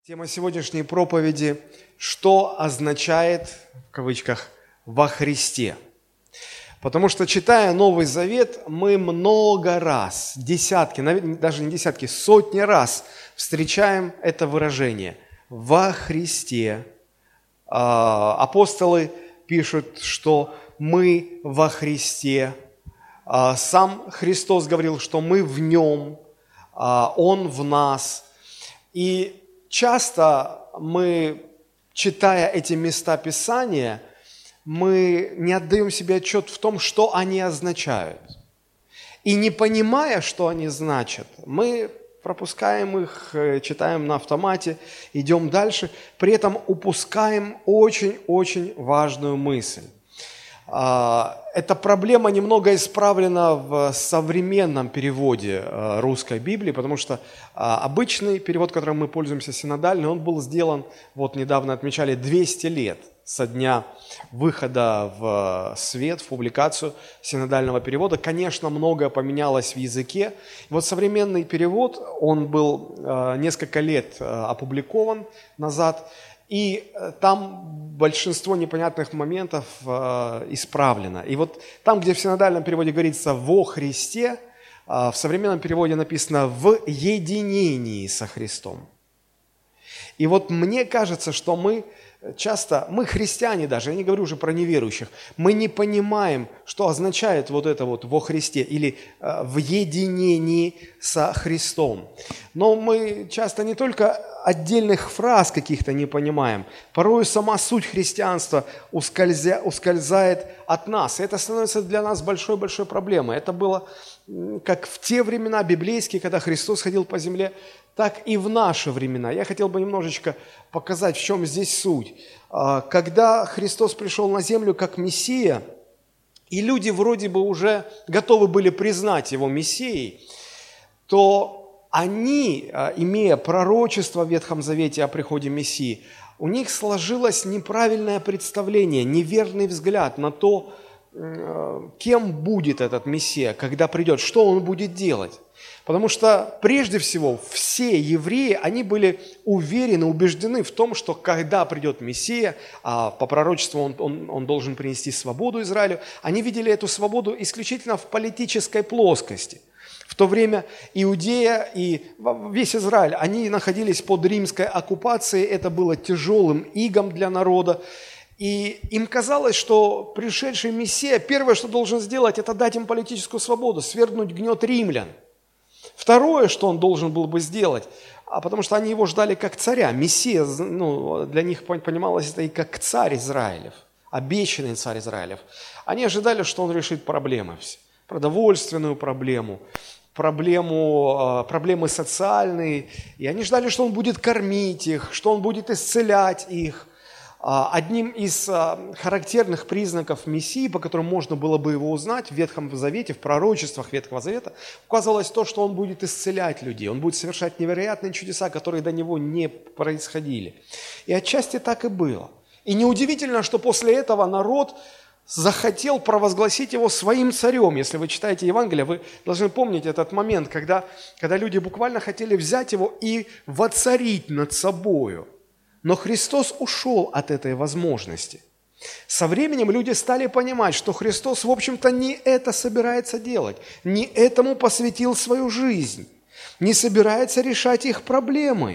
Тема сегодняшней проповеди «Что означает, в кавычках, во Христе?». Потому что, читая Новый Завет, мы много раз, десятки, даже не десятки, сотни раз встречаем это выражение «во Христе». Апостолы пишут, что мы во Христе. Сам Христос говорил, что мы в Нем, Он в нас. И часто мы, читая эти места Писания, мы не отдаем себе отчет в том, что они означают. И не понимая, что они значат, мы пропускаем их, читаем на автомате, идем дальше, при этом упускаем очень-очень важную мысль. Эта проблема немного исправлена в современном переводе русской Библии, потому что обычный перевод, которым мы пользуемся, синодальный, он был сделан, вот недавно отмечали, 200 лет со дня выхода в свет, в публикацию синодального перевода. Конечно, многое поменялось в языке. Вот современный перевод, он был несколько лет опубликован назад, и там большинство непонятных моментов исправлено. И вот там, где в синодальном переводе говорится «во Христе», в современном переводе написано «в единении со Христом». И вот мне кажется, что мы часто, мы христиане даже, я не говорю уже про неверующих, мы не понимаем, что означает вот это вот «во Христе» или «в единении со Христом». Но мы часто не только отдельных фраз каких-то не понимаем, порой сама суть христианства ускользает от нас. И это становится для нас большой-большой проблемой. Это было как в те времена библейские, когда Христос ходил по земле, так и в наши времена. Я хотел бы немножечко показать, в чем здесь суть. Когда Христос пришел на землю как Мессия, и люди вроде бы уже готовы были признать Его Мессией, то они, имея пророчество в Ветхом Завете о приходе Мессии, у них сложилось неправильное представление, неверный взгляд на то, кем будет этот Мессия, когда придет, что он будет делать. Потому что, прежде всего, все евреи, они были уверены, убеждены в том, что когда придет Мессия, по пророчеству он должен принести свободу Израилю, они видели эту свободу исключительно в политической плоскости. В то время Иудея и весь Израиль, они находились под римской оккупацией, это было тяжелым игом для народа. И им казалось, что пришедший Мессия, первое, что должен сделать, это дать им политическую свободу, свергнуть гнет римлян. Второе, что он должен был бы сделать, потому что они его ждали как царя, Мессия, для них понималось это и как царь Израилев, обещанный царь Израилев. Они ожидали, что он решит проблемы все, продовольственную проблему, проблемы социальные, и они ждали, что он будет кормить их, что он будет исцелять их. Одним из характерных признаков Мессии, по которым можно было бы его узнать в Ветхом Завете, в пророчествах Ветхого Завета, указывалось то, что он будет исцелять людей, он будет совершать невероятные чудеса, которые до него не происходили. И отчасти так и было. И неудивительно, что после этого народ захотел провозгласить его своим царем. Если вы читаете Евангелие, вы должны помнить этот момент, когда люди буквально хотели взять его и воцарить над собою. Но Христос ушел от этой возможности. Со временем люди стали понимать, что Христос, в общем-то, не это собирается делать, не этому посвятил свою жизнь, не собирается решать их проблемы.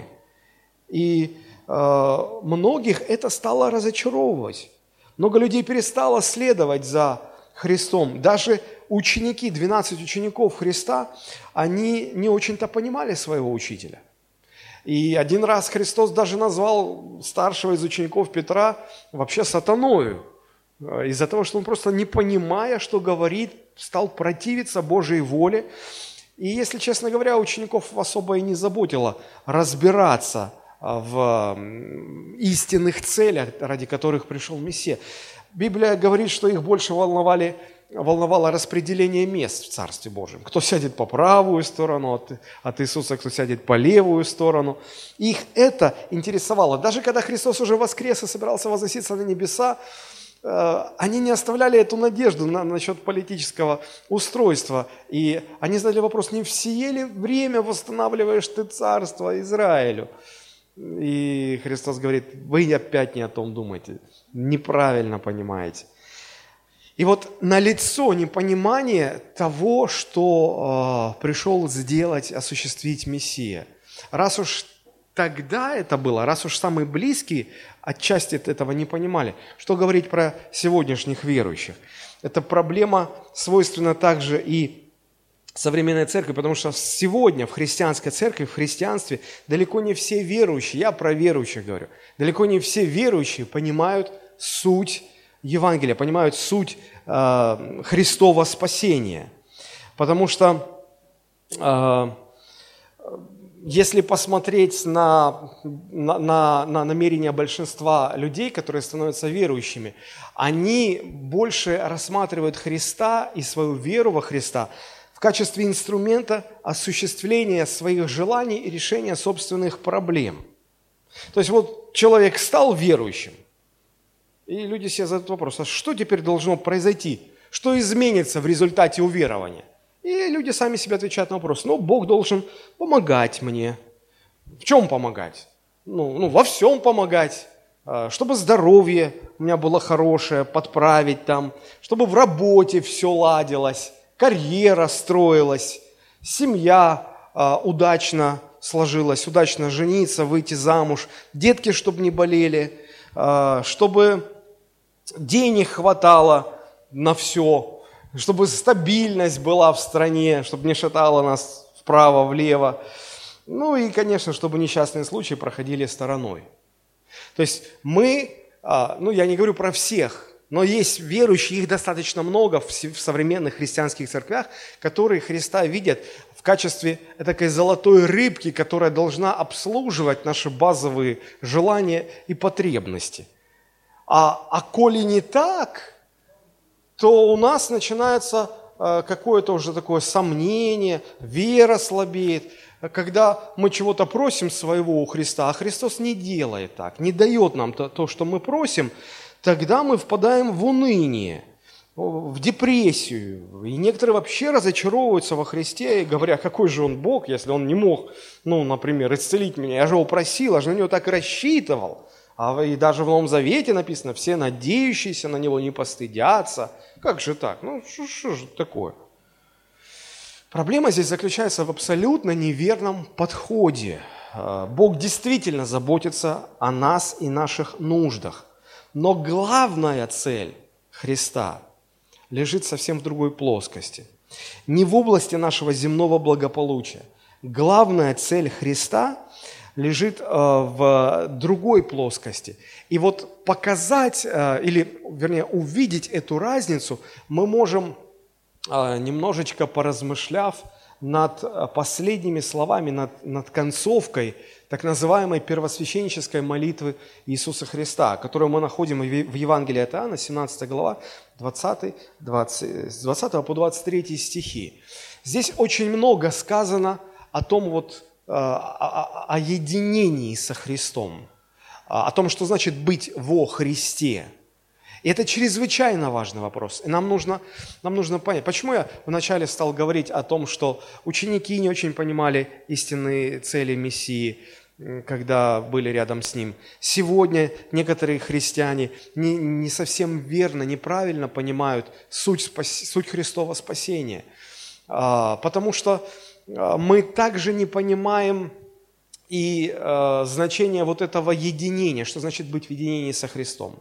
И многих это стало разочаровывать. Много людей перестало следовать за Христом. Даже ученики, 12 учеников Христа, они не очень-то понимали своего учителя. И один раз Христос даже назвал старшего из учеников Петра вообще сатаною. Из-за того, что он просто, не понимая, что говорит, стал противиться Божьей воле. И, если честно говоря, учеников особо и не заботило разбираться в истинных целях, ради которых пришел Мессия. Библия говорит, что их больше волновало распределение мест в Царстве Божьем. Кто сядет по правую сторону от Иисуса, кто сядет по левую сторону. Их это интересовало. Даже когда Христос уже воскрес и собирался возноситься на небеса, они не оставляли эту надежду насчет политического устройства. И они задали вопрос, не в сие ли время восстанавливаешь ты царство Израилю? И Христос говорит, вы опять не о том думаете, неправильно понимаете. И вот налицо непонимание того, что пришел сделать, осуществить Мессия. Раз уж тогда это было, раз уж самые близкие отчасти этого не понимали, что говорить про сегодняшних верующих? Эта проблема свойственна также и современной церкви, потому что сегодня в христианской церкви, в христианстве далеко не все верующие, я про верующих говорю, далеко не все верующие понимают суть Евангелия, понимают суть Христова спасения. Потому что если посмотреть на намерения большинства людей, которые становятся верующими, они больше рассматривают Христа и свою веру во Христа в качестве инструмента осуществления своих желаний и решения собственных проблем. То есть вот человек стал верующим, и люди себе задают вопрос, а что теперь должно произойти? Что изменится в результате уверования? И люди сами себе отвечают на вопрос, Бог должен помогать мне. В чем помогать? Во всем помогать. Чтобы здоровье у меня было хорошее, подправить там, чтобы в работе все ладилось, карьера строилась, семья удачно сложилась, удачно жениться, выйти замуж, детки, чтобы не болели, чтобы денег хватало на все, чтобы стабильность была в стране, чтобы не шатало нас вправо-влево. И, конечно, чтобы несчастные случаи проходили стороной. То есть мы, я не говорю про всех, но есть верующие, их достаточно много в современных христианских церквях, которые Христа видят в качестве такой золотой рыбки, которая должна обслуживать наши базовые желания и потребности. А коли не так, то у нас начинается какое-то уже такое сомнение, вера слабеет, когда мы чего-то просим своего у Христа, а Христос не делает так, не дает нам то, что мы просим, тогда мы впадаем в уныние, в депрессию. И некоторые вообще разочаровываются во Христе, говоря, какой же Он Бог, если Он не мог, например, исцелить меня. Я же Его просил, я же на Него так рассчитывал. И даже в Новом Завете написано, все надеющиеся на Него не постыдятся. Как же так? Что же такое? Проблема здесь заключается в абсолютно неверном подходе. Бог действительно заботится о нас и наших нуждах. Но главная цель Христа лежит совсем в другой плоскости. Не в области нашего земного благополучия. Главная цель Христа лежит в другой плоскости. И вот показать, увидеть эту разницу мы можем, немножечко поразмышляв над последними словами, над концовкой так называемой первосвященнической молитвы Иисуса Христа, которую мы находим в Евангелии от Иоанна, 17 глава, с 20 по 23 стихи. Здесь очень много сказано о том о единении со Христом, о том, что значит быть во Христе. И это чрезвычайно важный вопрос. И нам нужно понять, почему я вначале стал говорить о том, что ученики не очень понимали истинные цели Мессии, когда были рядом с Ним. Сегодня некоторые христиане не совсем верно, неправильно понимают суть Христова спасения. Потому что мы также не понимаем и значение этого единения, что значит быть в единении со Христом.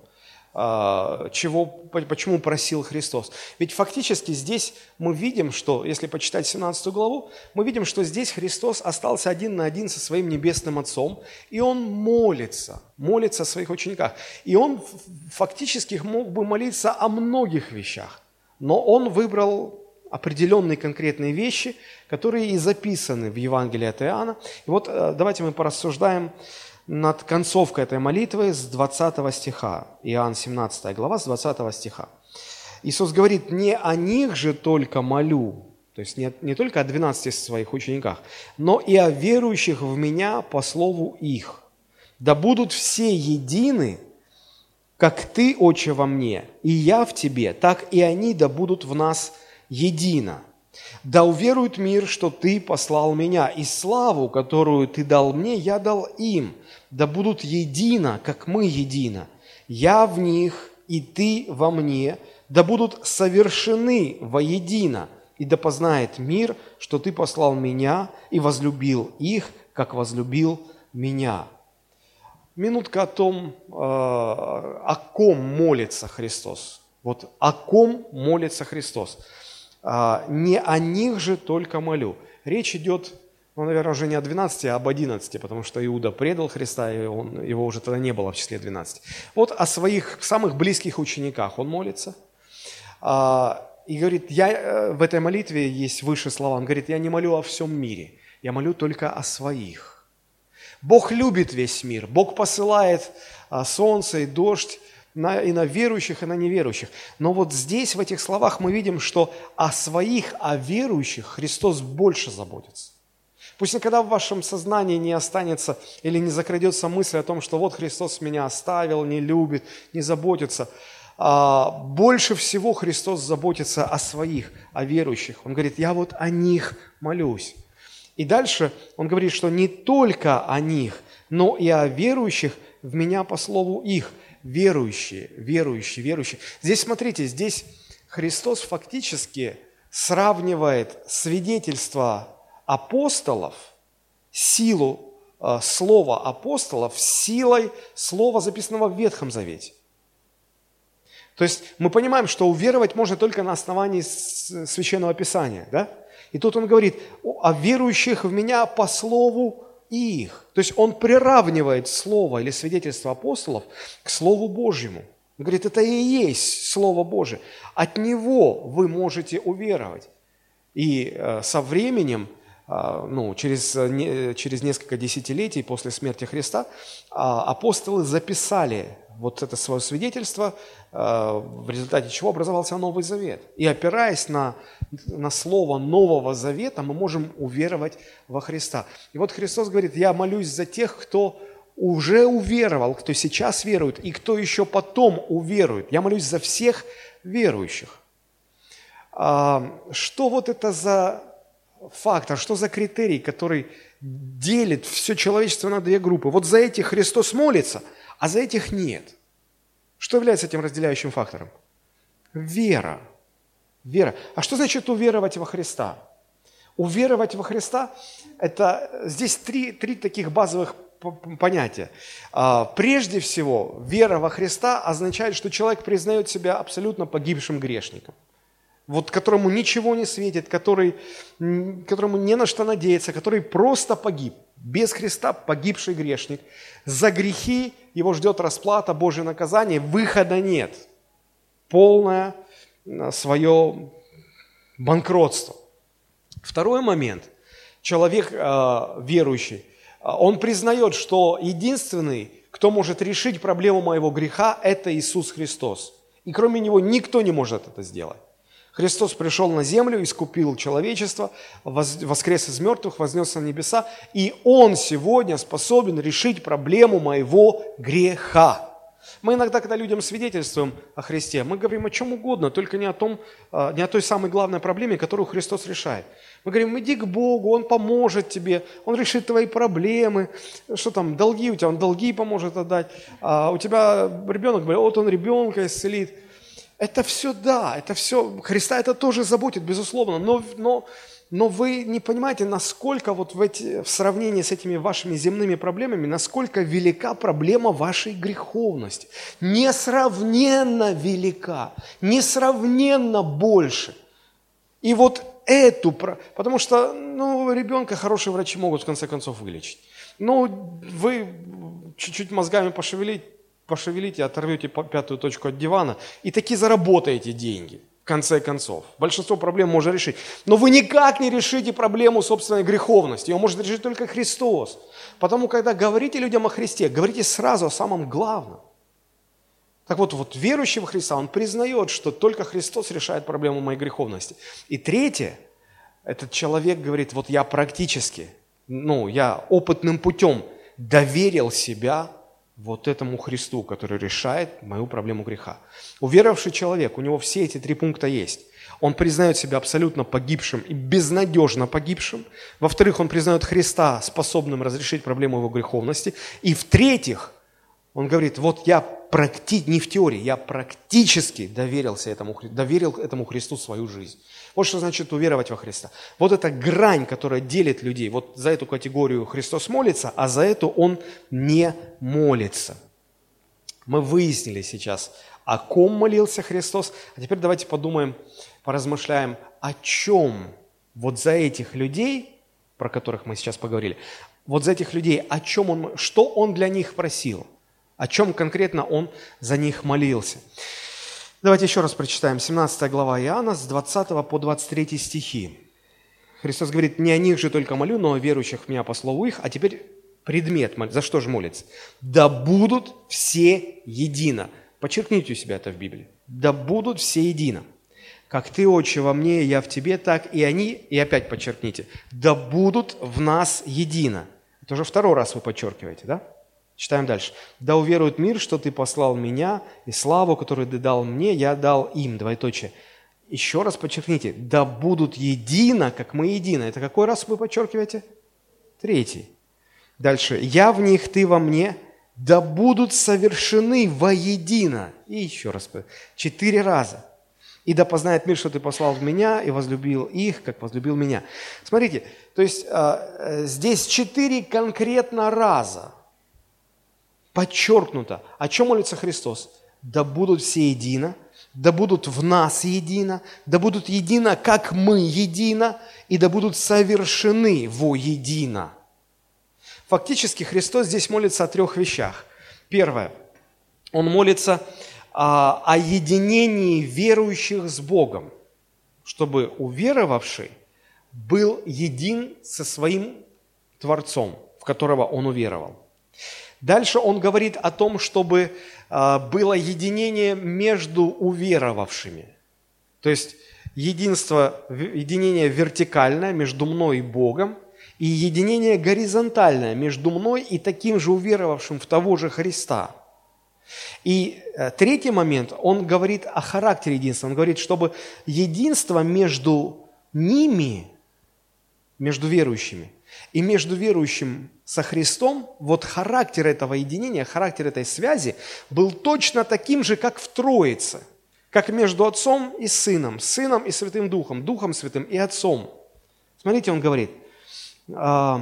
Почему просил Христос? Ведь фактически здесь мы видим, что, если почитать 17 главу, мы видим, что здесь Христос остался один на один со своим Небесным Отцом, и Он молится о своих учениках. И Он фактически мог бы молиться о многих вещах, но Он выбрал определенные конкретные вещи, которые и записаны в Евангелии от Иоанна. И вот давайте мы порассуждаем над концовкой этой молитвы с 20 стиха. Иоанн 17 глава, с 20 стиха. Иисус говорит, не о них же только молю, то есть не только о 12 своих учениках, но и о верующих в Меня по слову их. Да будут все едины, как Ты, Отче, во Мне, и Я в Тебе, так и они да будут в нас едино. Да уверует мир, что Ты послал Меня, и славу, которую Ты дал Мне, я дал им. Да будут едино, как Мы едино. Я в них, и Ты во Мне, да будут совершены воедино, и да познает мир, что Ты послал Меня и возлюбил их, как возлюбил Меня». Минутка о том, о ком молится Христос. Вот о ком молится Христос. «Не о них же только молю». Речь идет, наверное, уже не о 12, а об 11, потому что Иуда предал Христа, и его уже тогда не было в числе 12. Вот о своих самых близких учениках он молится. И говорит, в этой молитве есть выше слова, он говорит, я не молю о всем мире, я молю только о своих. Бог любит весь мир, Бог посылает солнце и дождь и на верующих, и на неверующих. Но вот здесь, в этих словах, мы видим, что о своих, о верующих Христос больше заботится. Пусть никогда в вашем сознании не останется или не закрадется мысль о том, что вот Христос меня оставил, не любит, не заботится. Больше всего Христос заботится о своих, о верующих. Он говорит, я вот о них молюсь. И дальше он говорит, что не только о них, но и о верующих в Меня по слову их. Верующие, верующие, верующие. Здесь, смотрите, здесь Христос фактически сравнивает свидетельство апостолов, силу слова апостолов с силой слова, записанного в Ветхом Завете. То есть мы понимаем, что уверовать можно только на основании Священного Писания, да? И тут он говорит о верующих в Меня по слову их. То есть он приравнивает слово или свидетельство апостолов к Слову Божьему. Он говорит, это и есть Слово Божие. От него вы можете уверовать. И со временем, через несколько десятилетий после смерти Христа, апостолы записали вот это свое свидетельство, в результате чего образовался Новый Завет. И опираясь на слово Нового Завета, мы можем уверовать во Христа. И вот Христос говорит, я молюсь за тех, кто уже уверовал, кто сейчас верует, и кто еще потом уверует. Я молюсь за всех верующих. Что вот это за фактор, что за критерий, который делит все человечество на две группы? Вот за этих Христос молится, а за этих нет. Что является этим разделяющим фактором? Вера. Вера. А что значит уверовать во Христа? Уверовать во Христа – это здесь три таких базовых понятия. Прежде всего, вера во Христа означает, что человек признает себя абсолютно погибшим грешником. Вот которому ничего не светит, которому не на что надеяться, который просто погиб. Без Христа погибший грешник. За грехи его ждет расплата, Божье наказание, выхода нет. Полное свое банкротство. Второй момент. Человек верующий, он признает, что единственный, кто может решить проблему моего греха, это Иисус Христос. И кроме Него никто не может это сделать. Христос пришел на землю, искупил человечество, воскрес из мертвых, вознесся на небеса, и Он сегодня способен решить проблему моего греха. Мы иногда, когда людям свидетельствуем о Христе, мы говорим о чем угодно, только не о той самой главной проблеме, которую Христос решает. Мы говорим, иди к Богу, Он поможет тебе, Он решит твои проблемы, что там, долги у тебя, Он долги поможет отдать, а у тебя ребенок, вот Он ребенка исцелит. Это все да, это все, Христа это тоже заботит, безусловно, но вы не понимаете, насколько вот в сравнении с этими вашими земными проблемами, насколько велика проблема вашей греховности. Несравненно велика, несравненно больше. И вот потому что, ребенка хорошие врачи могут в конце концов вылечить. Вы чуть-чуть мозгами пошевелите, оторвете пятую точку от дивана и таки заработаете деньги, в конце концов. Большинство проблем можно решить. Но вы никак не решите проблему собственной греховности. Ее может решить только Христос. Потому, когда говорите людям о Христе, говорите сразу о самом главном. Так вот верующий во Христа, он признает, что только Христос решает проблему моей греховности. И третье, этот человек говорит, вот я практически, я опытным путем доверил себя вот этому Христу, который решает мою проблему греха. Уверовавший человек, у него все эти 3 пункта есть. Он признает себя абсолютно погибшим и безнадежно погибшим. Во-вторых, он признает Христа способным разрешить проблему его греховности. И в-третьих, он говорит, вот я не в теории, я практически доверил этому Христу свою жизнь. Вот что значит уверовать во Христа. Вот эта грань, которая делит людей. Вот за эту категорию Христос молится, а за эту Он не молится. Мы выяснили сейчас, о ком молился Христос. А теперь давайте подумаем, поразмышляем, о чем вот за этих людей, про которых мы сейчас поговорили, вот за этих людей, что Он для них просил, о чем конкретно Он за них молился. Давайте еще раз прочитаем 17 глава Иоанна с 20 по 23 стихи. Христос говорит, не о них же только молю, но о верующих в Меня по слову их. А теперь предмет, за что же молится? Да будут все едино. Подчеркните у себя это в Библии. Да будут все едино. Как Ты, Отче, во мне, я в Тебе, так и они, и опять подчеркните, да будут в нас едино. Это уже 2 раз вы подчеркиваете, да? Читаем дальше. «Да уверует мир, что Ты послал Меня, и славу, которую Ты дал Мне, я дал им». Двоеточие. Еще раз подчеркните. «Да будут едино, как мы едино». Это какой раз вы подчеркиваете? 3. Дальше. «Я в них, Ты во мне, да будут совершены воедино». И еще раз. 4 раза. «И да познает мир, что Ты послал в Меня, и возлюбил их, как возлюбил Меня». Смотрите, то есть здесь 4 конкретно раза подчеркнуто. О чем молится Христос? Да будут все едино, да будут в нас едино, да будут едино, как мы едино, и да будут совершены воедино. Фактически Христос здесь молится о 3 вещах. Первое. Он молится о единении верующих с Богом, чтобы уверовавший был един со своим Творцом, в которого он уверовал. Дальше он говорит о том, чтобы было единение между уверовавшими. То есть единение вертикальное между мной и Богом, и единение горизонтальное между мной и таким же уверовавшим в того же Христа. И 3 момент, он говорит о характере единства. Он говорит, чтобы единство между ними, между верующими, и между верующим со Христом, вот характер этого единения, характер этой связи был точно таким же, как в Троице, как между Отцом и Сыном и Святым Духом, Духом Святым и Отцом. Смотрите, он говорит, да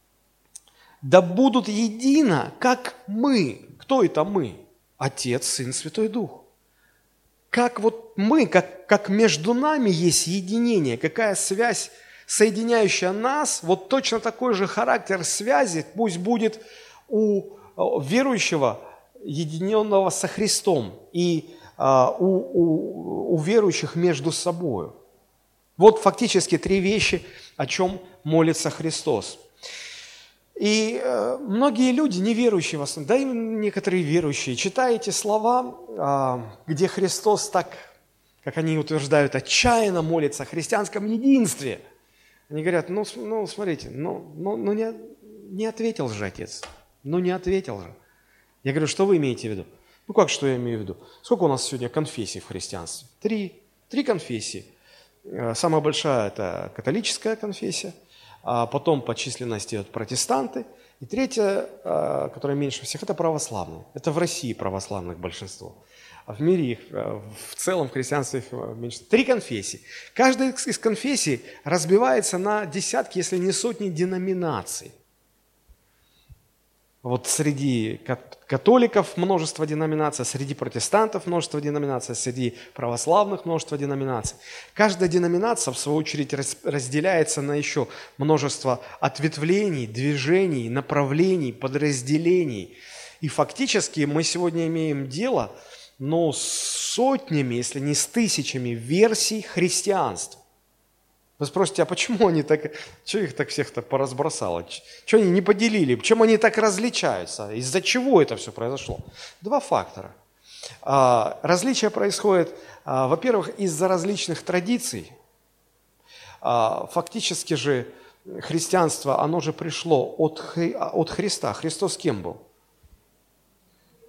будут едино, как мы. Кто это мы? Отец, Сын, Святой Дух. Как вот мы, как между нами есть единение, какая связь, соединяющая нас, вот точно такой же характер связи пусть будет у верующего, единенного со Христом, и у верующих между собой. Вот фактически 3 вещи, о чем молится Христос. И многие люди, неверующие в основном, да и некоторые верующие, читая эти слова, где Христос так, как они утверждают, отчаянно молится о христианском единстве, они говорят, смотрите, не ответил же Отец, не ответил же. Я говорю, что вы имеете в виду? Как, что я имею в виду? Сколько у нас сегодня конфессий в христианстве? 3 конфессии. Самая большая – это католическая конфессия, а потом по численности идут протестанты, и 3, которая меньше всех, это православные. Это в России православных большинство. А в мире их, в целом в христианстве их меньше. 3 конфессии. Каждая из конфессий разбивается на десятки, если не сотни деноминаций. Вот среди католиков множество деноминаций, среди протестантов множество деноминаций, среди православных множество деноминаций. Каждая деноминация, в свою очередь, разделяется на еще множество ответвлений, движений, направлений, подразделений. И фактически мы сегодня имеем дело, с сотнями, если не с тысячами версий христианства. Вы спросите, а почему они так, что их так всех так поразбросало? Что они не поделили? Чем они так различаются? Из-за чего это все произошло? 2 фактора. Различия происходят, во-первых, из-за различных традиций. Фактически же христианство, оно же пришло от Христа. Христос кем был?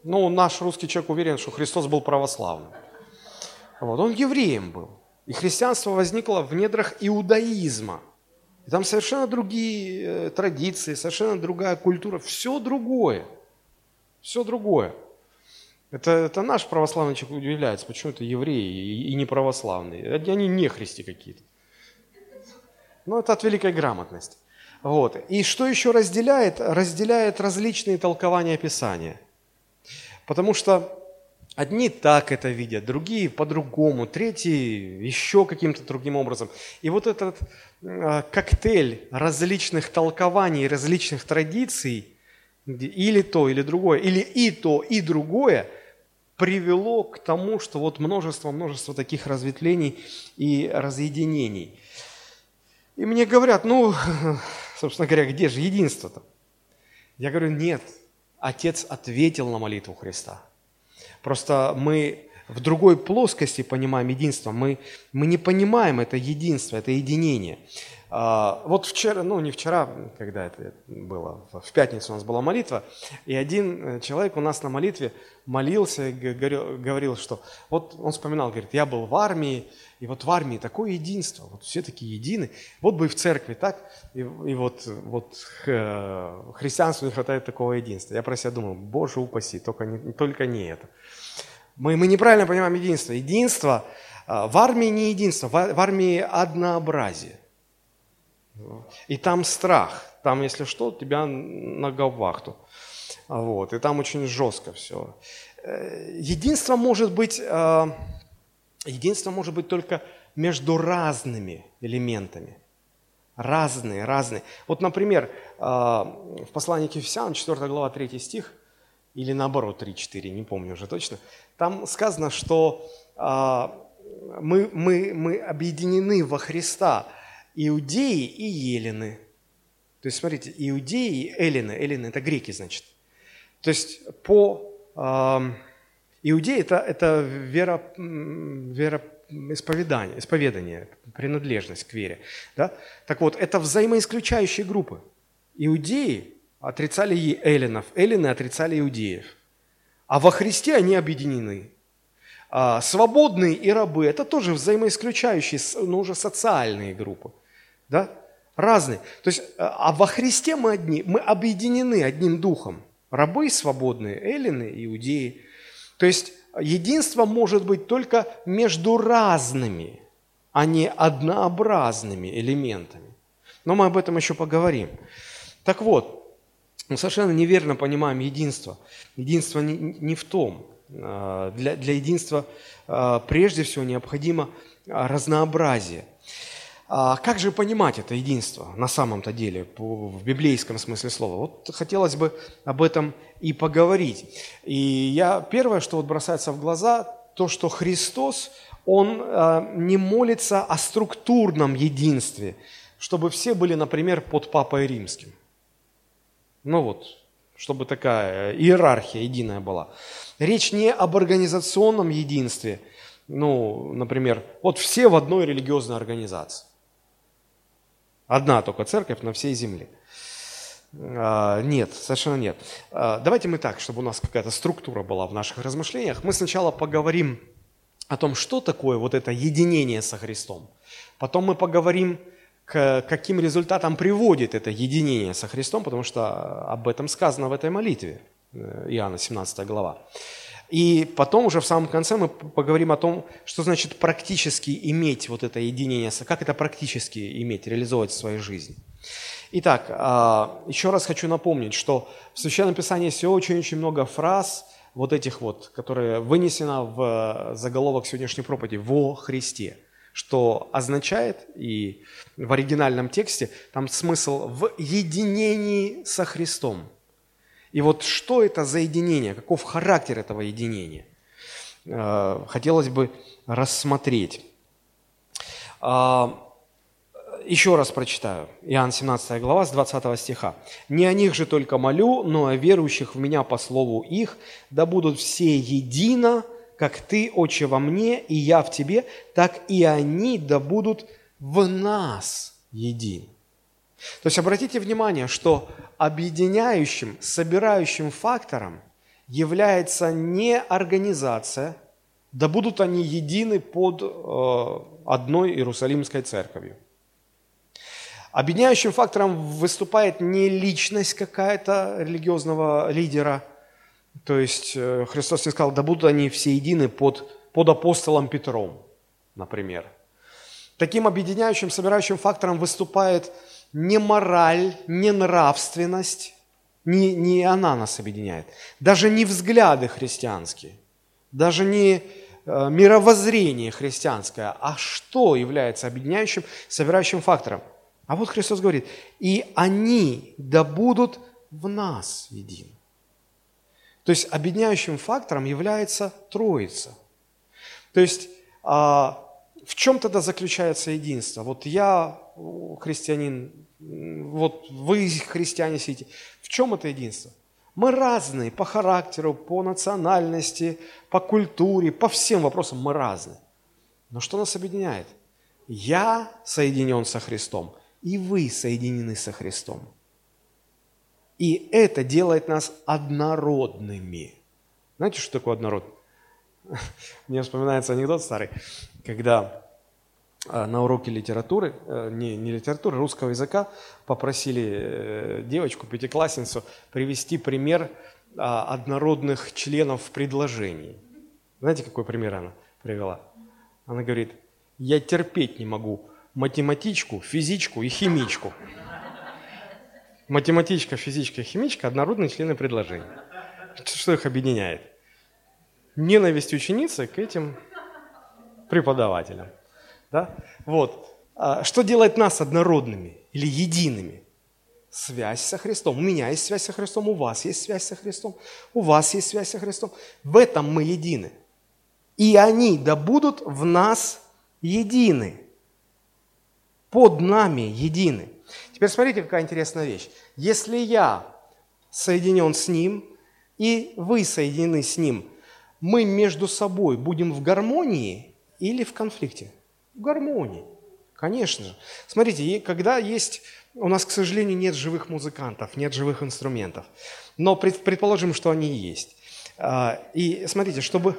Ну, наш русский человек уверен, что Христос был православным. Вот, он евреем был. И христианство возникло в недрах иудаизма. И там совершенно другие традиции, совершенно другая культура, все другое. Все другое. Это наш православный человек удивляется, почему это евреи и не православные. Они не христи какие-то. Но это от великой грамотности. Вот. И что еще разделяет? Разделяет различные толкования Писания. Потому что одни так это видят, другие по-другому, третьи еще каким-то другим образом. И вот этот коктейль различных толкований, различных традиций, или то, или другое, или и то, и другое, привело к тому, что вот множество таких разветвлений и разъединений. И мне говорят, собственно говоря, где же единство-то? Я говорю, нет, Отец ответил на молитву Христа. Просто мы в другой плоскости понимаем единство, мы не понимаем это единство, это единение. Вот вчера, не вчера, когда это было, в пятницу у нас была молитва, и один человек у нас на молитве молился и говорил, что вот он вспоминал, говорит, я был в армии, и вот в армии такое единство, вот все такие едины, вот бы и в церкви так, и вот христианству не хватает такого единства. Я про себя думал, Боже упаси, только не это. Мы неправильно понимаем единство. Единство в армии не единство, в армии однообразие. И там страх, там, если что, тебя на гауптвахту. Вот, и там очень жестко все. Единство может быть только между разными элементами. Разные. Вот, например, в послании к Ефесянам, 4 глава, 3 стих, или наоборот, 3-4, не помню уже точно, там сказано, что мы объединены во Христа, иудеи и елены. То есть, смотрите, иудеи и эллины. Эллины – это греки, значит. То есть, иудеи – это исповедание, принадлежность к вере. Да? Так вот, это взаимоисключающие группы. Иудеи отрицали эллинов, эллины отрицали иудеев. А во Христе они объединены. Свободные и рабы – это тоже взаимоисключающие, уже социальные группы. Да? Разные. То есть, а во Христе мы объединены одним духом. Рабы свободные, эллины, иудеи. То есть, единство может быть только между разными, а не однообразными элементами. Но мы об этом еще поговорим. Так вот, мы совершенно неверно понимаем единство. Единство не в том. Для единства прежде всего необходимо разнообразие. Как же понимать это единство на самом-то деле, в библейском смысле слова? Вот хотелось бы об этом и поговорить. И первое, что вот бросается в глаза, то, что Христос, Он не молится о структурном единстве, чтобы все были, например, под Папой Римским. Чтобы такая иерархия единая была. Речь не об организационном единстве, например, вот все в одной религиозной организации. Одна только церковь на всей земле. Нет, совершенно нет. Давайте мы так, чтобы у нас какая-то структура была в наших размышлениях. Мы сначала поговорим о том, что такое вот это единение со Христом. Потом мы поговорим, к каким результатам приводит это единение со Христом, потому что об этом сказано в этой молитве, Иоанна 17 глава. И потом уже в самом конце мы поговорим о том, что значит практически иметь вот это единение, как это практически иметь, реализовать в своей жизни. Итак, еще раз хочу напомнить, что в Священном Писании есть очень-очень много фраз, вот этих вот, которые вынесено в заголовок сегодняшней проповеди «во Христе», что означает, и в оригинальном тексте там смысл в единении со Христом. И вот что это за единение, каков характер этого единения, хотелось бы рассмотреть. Еще раз прочитаю. Иоанн 17 глава с 20 стиха. «Не о них же только молю, но о верующих в Меня по слову их, да будут все едино, как Ты, Отче, во мне, и я в Тебе, так и они да будут в нас едины». То есть обратите внимание, что объединяющим, собирающим фактором является не организация, да будут они едины под одной Иерусалимской церковью. Объединяющим фактором выступает не личность какая-то религиозного лидера, то есть Христос не сказал, да будут они все едины под апостолом Петром, например. Таким объединяющим, собирающим фактором выступает не мораль, не нравственность, не она нас объединяет, даже не взгляды христианские, даже не мировоззрение христианское, а что является объединяющим, собирающим фактором? А вот Христос говорит, и они да будут в нас едины. То есть объединяющим фактором является Троица. То есть в чем тогда заключается единство? Вот я христианин, вот вы христиане сидите. В чем это единство? Мы разные по характеру, по национальности, по культуре, по всем вопросам мы разные. Но что нас объединяет? Я соединен со Христом, и вы соединены со Христом. И это делает нас однородными. Знаете, что такое однород? Мне вспоминается анекдот старый, когда на уроке литературы, не литературы, русского языка попросили девочку, пятиклассницу, привести пример однородных членов в предложении. Знаете, какой пример она привела? Она говорит, я терпеть не могу математичку, физичку и химичку. Математичка, физичка и химичка – однородные члены предложения. Что их объединяет? Ненависть ученицы к этим преподавателям. Да? Вот. Что делает нас однородными или едиными? Связь со Христом. У меня есть связь со Христом, у вас есть связь со Христом, у вас есть связь со Христом. В этом мы едины. И они да будут в нас едины. Под нами едины. Теперь смотрите, какая интересная вещь. Если я соединен с Ним, и вы соединены с Ним, мы между собой будем в гармонии или в конфликте? В гармонии, конечно же. Смотрите, когда есть... У нас, к сожалению, нет живых музыкантов, нет живых инструментов. Но предположим, что они есть. И смотрите, чтобы...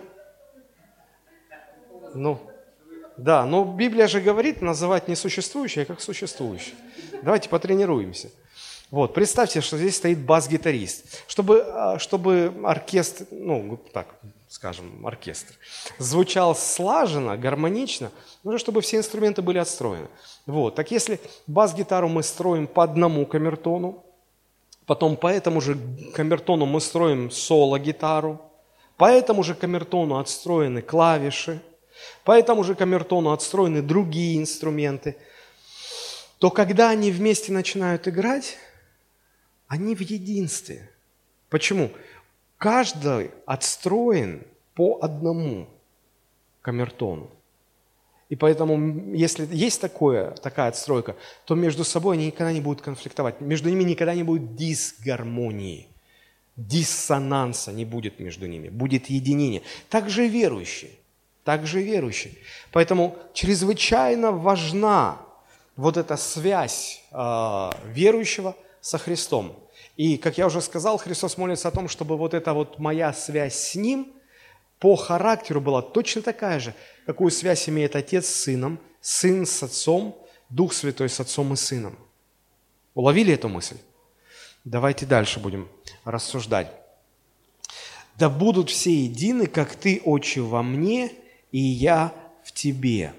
Да, но Библия же говорит называть несуществующее как существующее. Давайте потренируемся. Вот, представьте, что здесь стоит бас-гитарист. Чтобы оркестр, оркестр, звучал слаженно, гармонично, нужно, чтобы все инструменты были отстроены. Вот, так если бас-гитару мы строим по одному камертону, потом по этому же камертону мы строим соло-гитару, по этому же камертону отстроены клавиши, по этому же камертону отстроены другие инструменты, то когда они вместе начинают играть, они в единстве. Почему? Каждый отстроен по одному камертону. И поэтому, если есть такая отстройка, то между собой они никогда не будут конфликтовать. Между ними никогда не будет дисгармонии. Диссонанса не будет между ними. Будет единение. Также и верующие. Поэтому чрезвычайно важна вот эта связь верующего со Христом. И, как я уже сказал, Христос молится о том, чтобы вот эта вот моя связь с Ним по характеру была точно такая же, какую связь имеет Отец с Сыном, Сын с Отцом, Дух Святой с Отцом и Сыном. Уловили эту мысль? Давайте дальше будем рассуждать. «Да будут все едины, как Ты, Отче, во мне, и я в Тебе.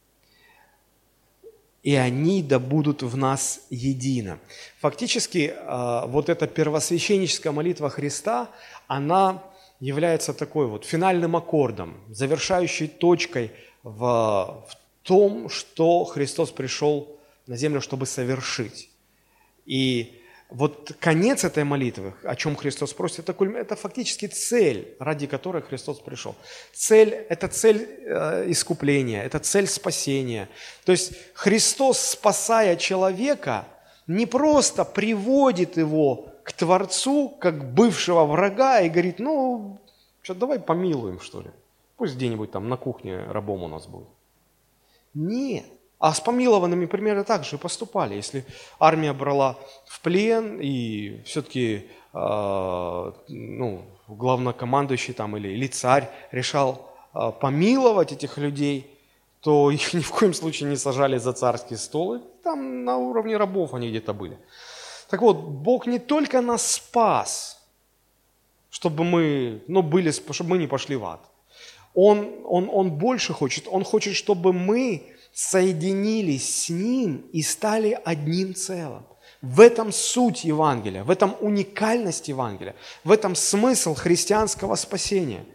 И они да будут в нас едино». Фактически, вот эта первосвященническая молитва Христа, она является такой вот финальным аккордом, завершающей точкой в том, что Христос пришел на землю, чтобы совершить. И вот конец этой молитвы, о чем Христос просит, это фактически цель, ради которой Христос пришел. Это цель искупления, это цель спасения. То есть Христос, спасая человека, не просто приводит его к Творцу, как бывшего врага, и говорит, давай помилуем, что ли. Пусть где-нибудь там на кухне рабом у нас будет. Нет. А с помилованными примерно так же и поступали. Если армия брала в плен, и все-таки главнокомандующий там или царь решал помиловать этих людей, то их ни в коем случае не сажали за царские столы. Там на уровне рабов они где-то были. Так вот, Бог не только нас спас, чтобы мы не пошли в ад. Он больше хочет. Он хочет, чтобы мы соединились с Ним и стали одним целым. В этом суть Евангелия, в этом уникальность Евангелия, в этом смысл христианского спасения.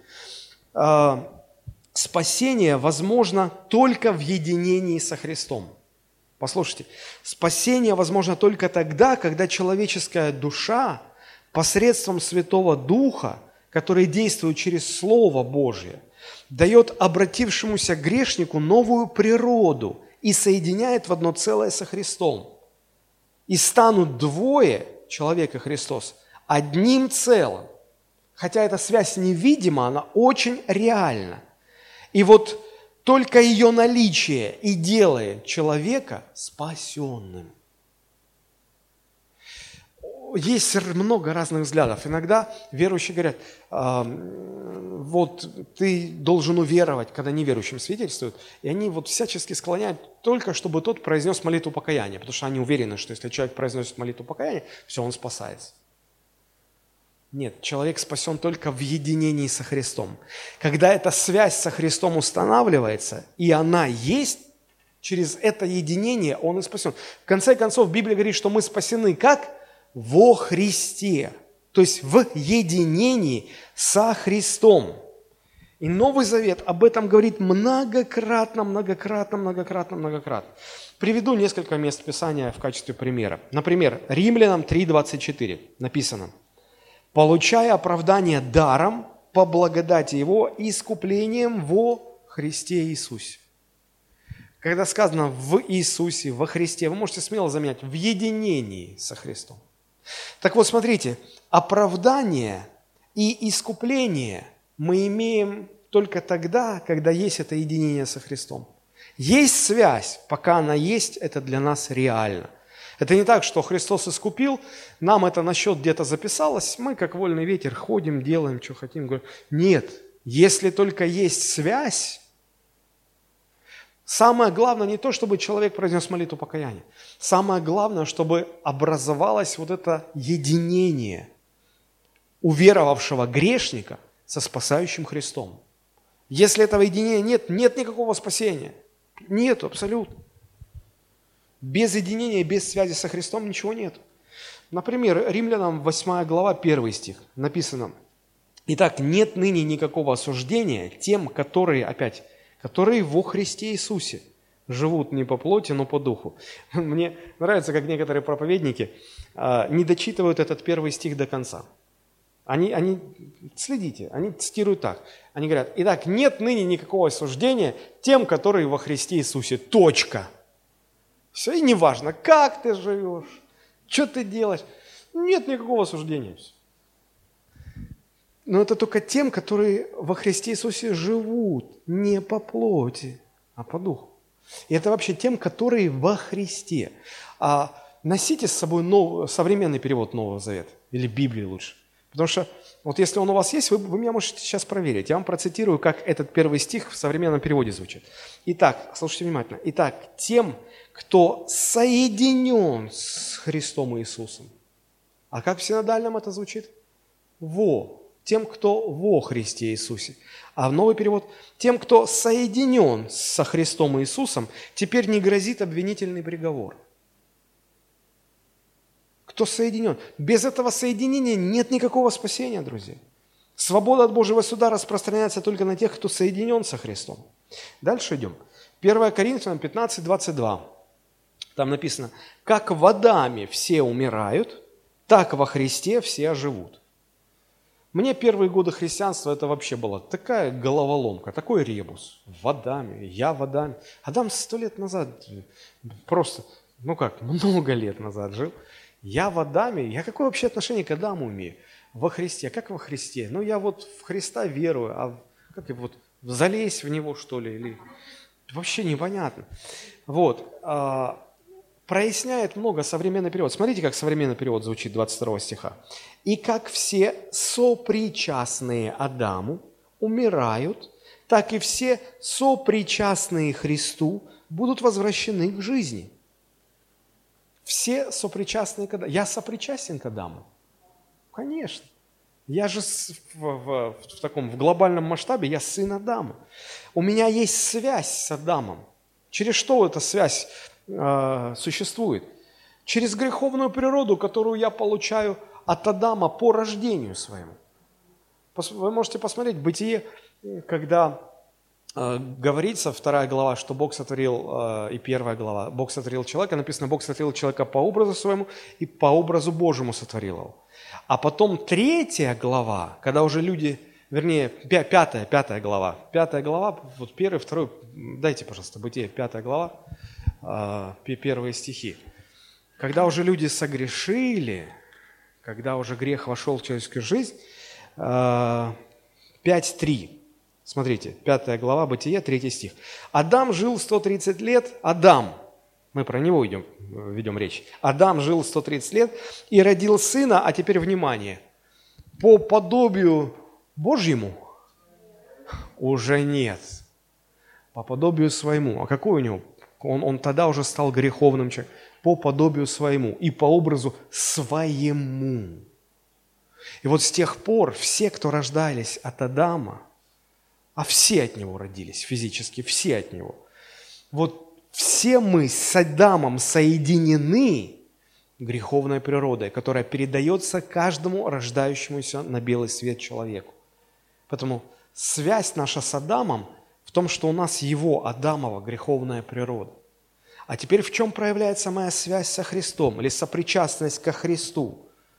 Спасение возможно только в единении со Христом. Послушайте, спасение возможно только тогда, когда человеческая душа посредством Святого Духа, который действует через Слово Божье, дает обратившемуся грешнику новую природу и соединяет в одно целое со Христом. И станут двое, человек и Христос, одним целым. Хотя эта связь невидима, она очень реальна. И вот только ее наличие и делает человека спасенным. Есть много разных взглядов. Иногда верующие говорят, вот ты должен уверовать, когда неверующим свидетельствуют, и они вот всячески склоняют только, чтобы тот произнес молитву покаяния, потому что они уверены, что если человек произносит молитву покаяния, все, он спасается. Нет, человек спасен только в единении со Христом. Когда эта связь со Христом устанавливается, и она есть, через это единение он и спасен. В конце концов, Библия говорит, что мы спасены как? Во Христе. То есть в единении со Христом. И Новый Завет об этом говорит многократно. Приведу несколько мест Писания в качестве примера. Например, Римлянам 3:24 написано: «Получая оправдание даром по благодати Его искуплением во Христе Иисусе». Когда сказано «в Иисусе», «во Христе», вы можете смело заменять «в единении со Христом». Так вот, смотрите, оправдание и искупление мы имеем только тогда, когда есть это единение со Христом. Есть связь, пока она есть, это для нас реально. Это не так, что Христос искупил, нам это на счет где-то записалось, мы как вольный ветер ходим, делаем, что хотим. Нет, если только есть связь, самое главное не то, чтобы человек произнес молитву покаяния. Самое главное, чтобы образовалось вот это единение уверовавшего грешника со спасающим Христом. Если этого единения нет, нет никакого спасения. Нет, абсолютно. Без единения, без связи со Христом ничего нет. Например, Римлянам 8 глава, 1 стих написано: «Итак, нет ныне никакого осуждения тем, которые во Христе Иисусе живут не по плоти, но по духу». Мне нравится, как некоторые проповедники не дочитывают этот 1 стих до конца. Следите, они цитируют так. Они говорят: «Итак, нет ныне никакого осуждения тем, которые во Христе Иисусе». Точка. Все, и неважно, как ты живешь, что ты делаешь. Нет никакого осуждения. Но это только тем, которые во Христе Иисусе живут не по плоти, а по духу. И это вообще тем, которые во Христе. Носите с собой современный перевод Нового Завета, или Библии лучше. Потому что вот если он у вас есть, вы меня можете сейчас проверить. Я вам процитирую, как этот 1 стих в современном переводе звучит. Итак, слушайте внимательно. «Итак, тем, кто соединен с Христом Иисусом». А как в синодальном это звучит? Тем, кто во Христе Иисусе. А в новый перевод: тем, кто соединен со Христом Иисусом, теперь не грозит обвинительный приговор. Кто соединен? Без этого соединения нет никакого спасения, друзья. Свобода от Божьего суда распространяется только на тех, кто соединен со Христом. Дальше идем. 1 Коринфянам 15:22. Там написано: «Как в Адаме все умирают, так во Христе все оживут». Мне первые годы христианства это вообще была такая головоломка, такой ребус. В Адаме, я в Адаме. Адам 100 лет назад, просто, много лет назад жил. Я в Адаме, я какое вообще отношение к Адаму имею? Во Христе, как во Христе? Я вот в Христа верую, а как я вот залезть в Него, что ли? Или... Вообще непонятно. проясняет много современный перевод. Смотрите, как современный перевод звучит 22 стиха. «И как все сопричастные Адаму умирают, так и все сопричастные Христу будут возвращены к жизни». Все сопричастные к Адаму. Я сопричастен к Адаму? Конечно. Я же в глобальном масштабе, я сын Адама. У меня есть связь с Адамом. Через что эта связь существует? Через греховную природу, которую я получаю от Адама по рождению своему. Вы можете посмотреть Бытие, когда говорится, 2 глава, что Бог сотворил, и 1 глава, Бог сотворил человека, написано, Бог сотворил человека по образу своему и по образу Божьему сотворил его. А потом 3 глава, когда уже люди, вернее, 5 глава, вот 1, 2, дайте, пожалуйста, Бытие, 5 глава, первые стихи. Когда уже люди согрешили, когда уже грех вошел в человеческую жизнь, 5:3. Смотрите, 5 глава, Бытие, 3 стих. «Адам жил 130 лет». Адам, мы про него ведем речь. «Адам жил 130 лет и родил сына», а теперь внимание, «по подобию Божьему?» Уже нет. По подобию своему. А какой у него? Он тогда уже стал греховным человеком. По подобию своему и по образу своему. И вот с тех пор все, кто рождались от Адама, а все от него родились физически, все от него. Вот все мы с Адамом соединены греховной природой, которая передается каждому рождающемуся на белый свет человеку. Поэтому связь наша с Адамом в том, что у нас его, Адамова, греховная природа. А теперь в чем проявляется моя связь со Христом или сопричастность ко Христу?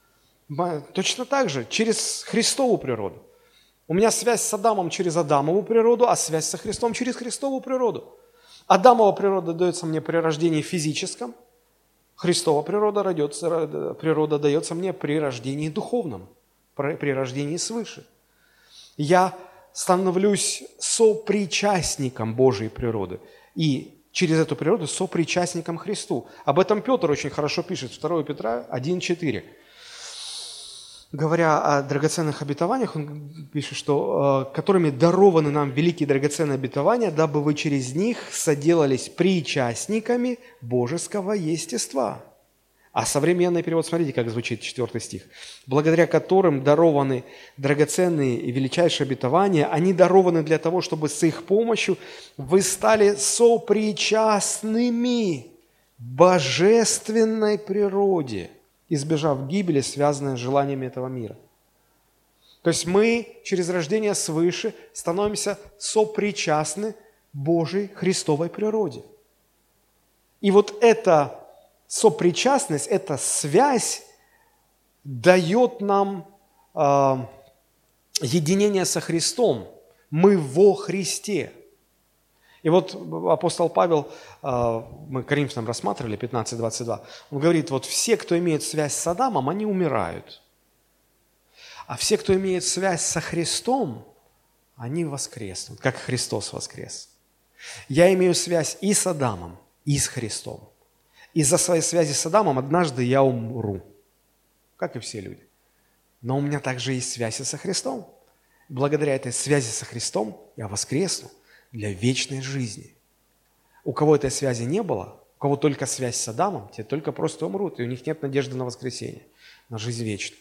Точно так же, через Христову природу. У меня связь с Адамом через Адамову природу, а связь со Христом через Христову природу. Адамова природа дается мне при рождении физическом, Христова природа дается мне при рождении духовном, при рождении свыше. Я становлюсь сопричастником Божьей природы и через эту природу сопричастником Христу. Об этом Петр очень хорошо пишет, 2 Петра 1:4. Говоря о драгоценных обетованиях, он пишет, что которыми дарованы нам великие драгоценные обетования, дабы вы через них соделались причастниками божеского естества. А современный перевод, смотрите, как звучит 4 стих. Благодаря которым дарованы драгоценные и величайшие обетования, они дарованы для того, чтобы с их помощью вы стали сопричастными божественной природе, избежав гибели, связанной с желаниями этого мира. То есть мы через рождение свыше становимся сопричастны Божьей Христовой природе. И вот эта сопричастность, эта связь дает нам единение со Христом. Мы во Христе. И вот апостол Павел, мы Коринфянам рассматривали, 15:22, он говорит, вот все, кто имеет связь с Адамом, они умирают. А все, кто имеет связь со Христом, они воскреснут, как Христос воскрес. Я имею связь и с Адамом, и с Христом. Из-за своей связи с Адамом однажды я умру, как и все люди. Но у меня также есть связь и со Христом. Благодаря этой связи со Христом я воскресну для вечной жизни. У кого этой связи не было, у кого только связь с Адамом, те только просто умрут, и у них нет надежды на воскресение, на жизнь вечную.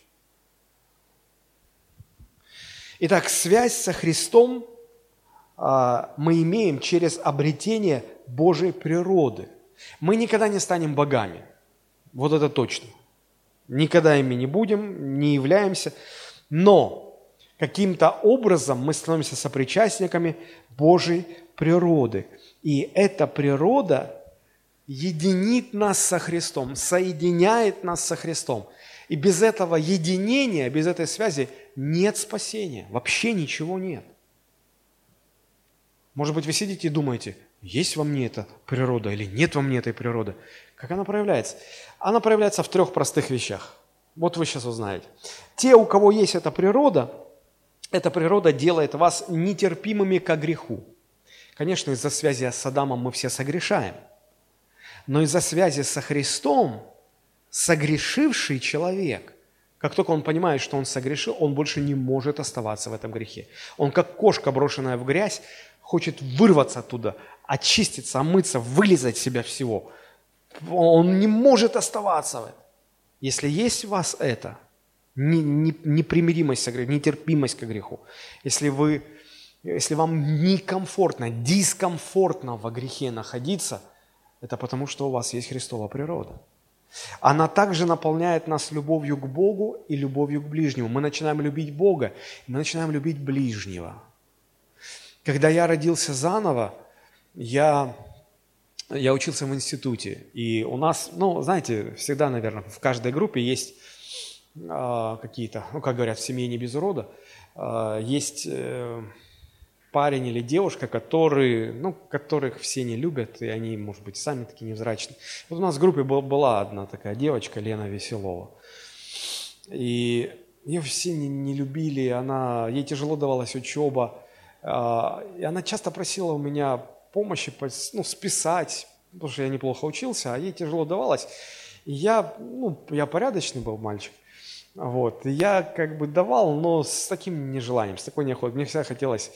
Итак, связь со Христом мы имеем через обретение Божьей природы. Мы никогда не станем богами, вот это точно. Никогда ими не будем, не являемся, но каким-то образом мы становимся сопричастниками Божьей природы. И эта природа единит нас со Христом, соединяет нас со Христом. И без этого единения, без этой связи нет спасения, вообще ничего нет. Может быть, вы сидите и думаете, есть во мне эта природа или нет во мне этой природы. Как она проявляется? Она проявляется в 3 простых вещах. Вот вы сейчас узнаете. Те, у кого есть эта природа делает вас нетерпимыми ко греху. Конечно, из-за связи с Адамом мы все согрешаем. Но из-за связи со Христом согрешивший человек, как только он понимает, что он согрешил, он больше не может оставаться в этом грехе. Он как кошка, брошенная в грязь, хочет вырваться оттуда, очиститься, омыться, вылизать себя всего. Он не может оставаться в этом. Если есть у вас это, непримиримость, нетерпимость к греху, если вам некомфортно, дискомфортно во грехе находиться, это потому, что у вас есть Христова природа. Она также наполняет нас любовью к Богу и любовью к ближнему. Мы начинаем любить Бога, мы начинаем любить ближнего. Когда я родился заново, я учился в институте, и у нас, знаете, всегда, наверное, в каждой группе есть какие-то, как говорят, в семье не без урода, есть парень или девушка, которых все не любят, и они, может быть, сами такие невзрачные. Вот у нас в группе была одна такая девочка, Лена Веселова. И ее все не любили, ей тяжело давалась учеба. И она часто просила у меня помощи списать, потому что я неплохо учился, а ей тяжело давалось. И я порядочный был мальчик. Вот. И я давал, но с таким нежеланием, с такой неохотой. Мне всегда хотелось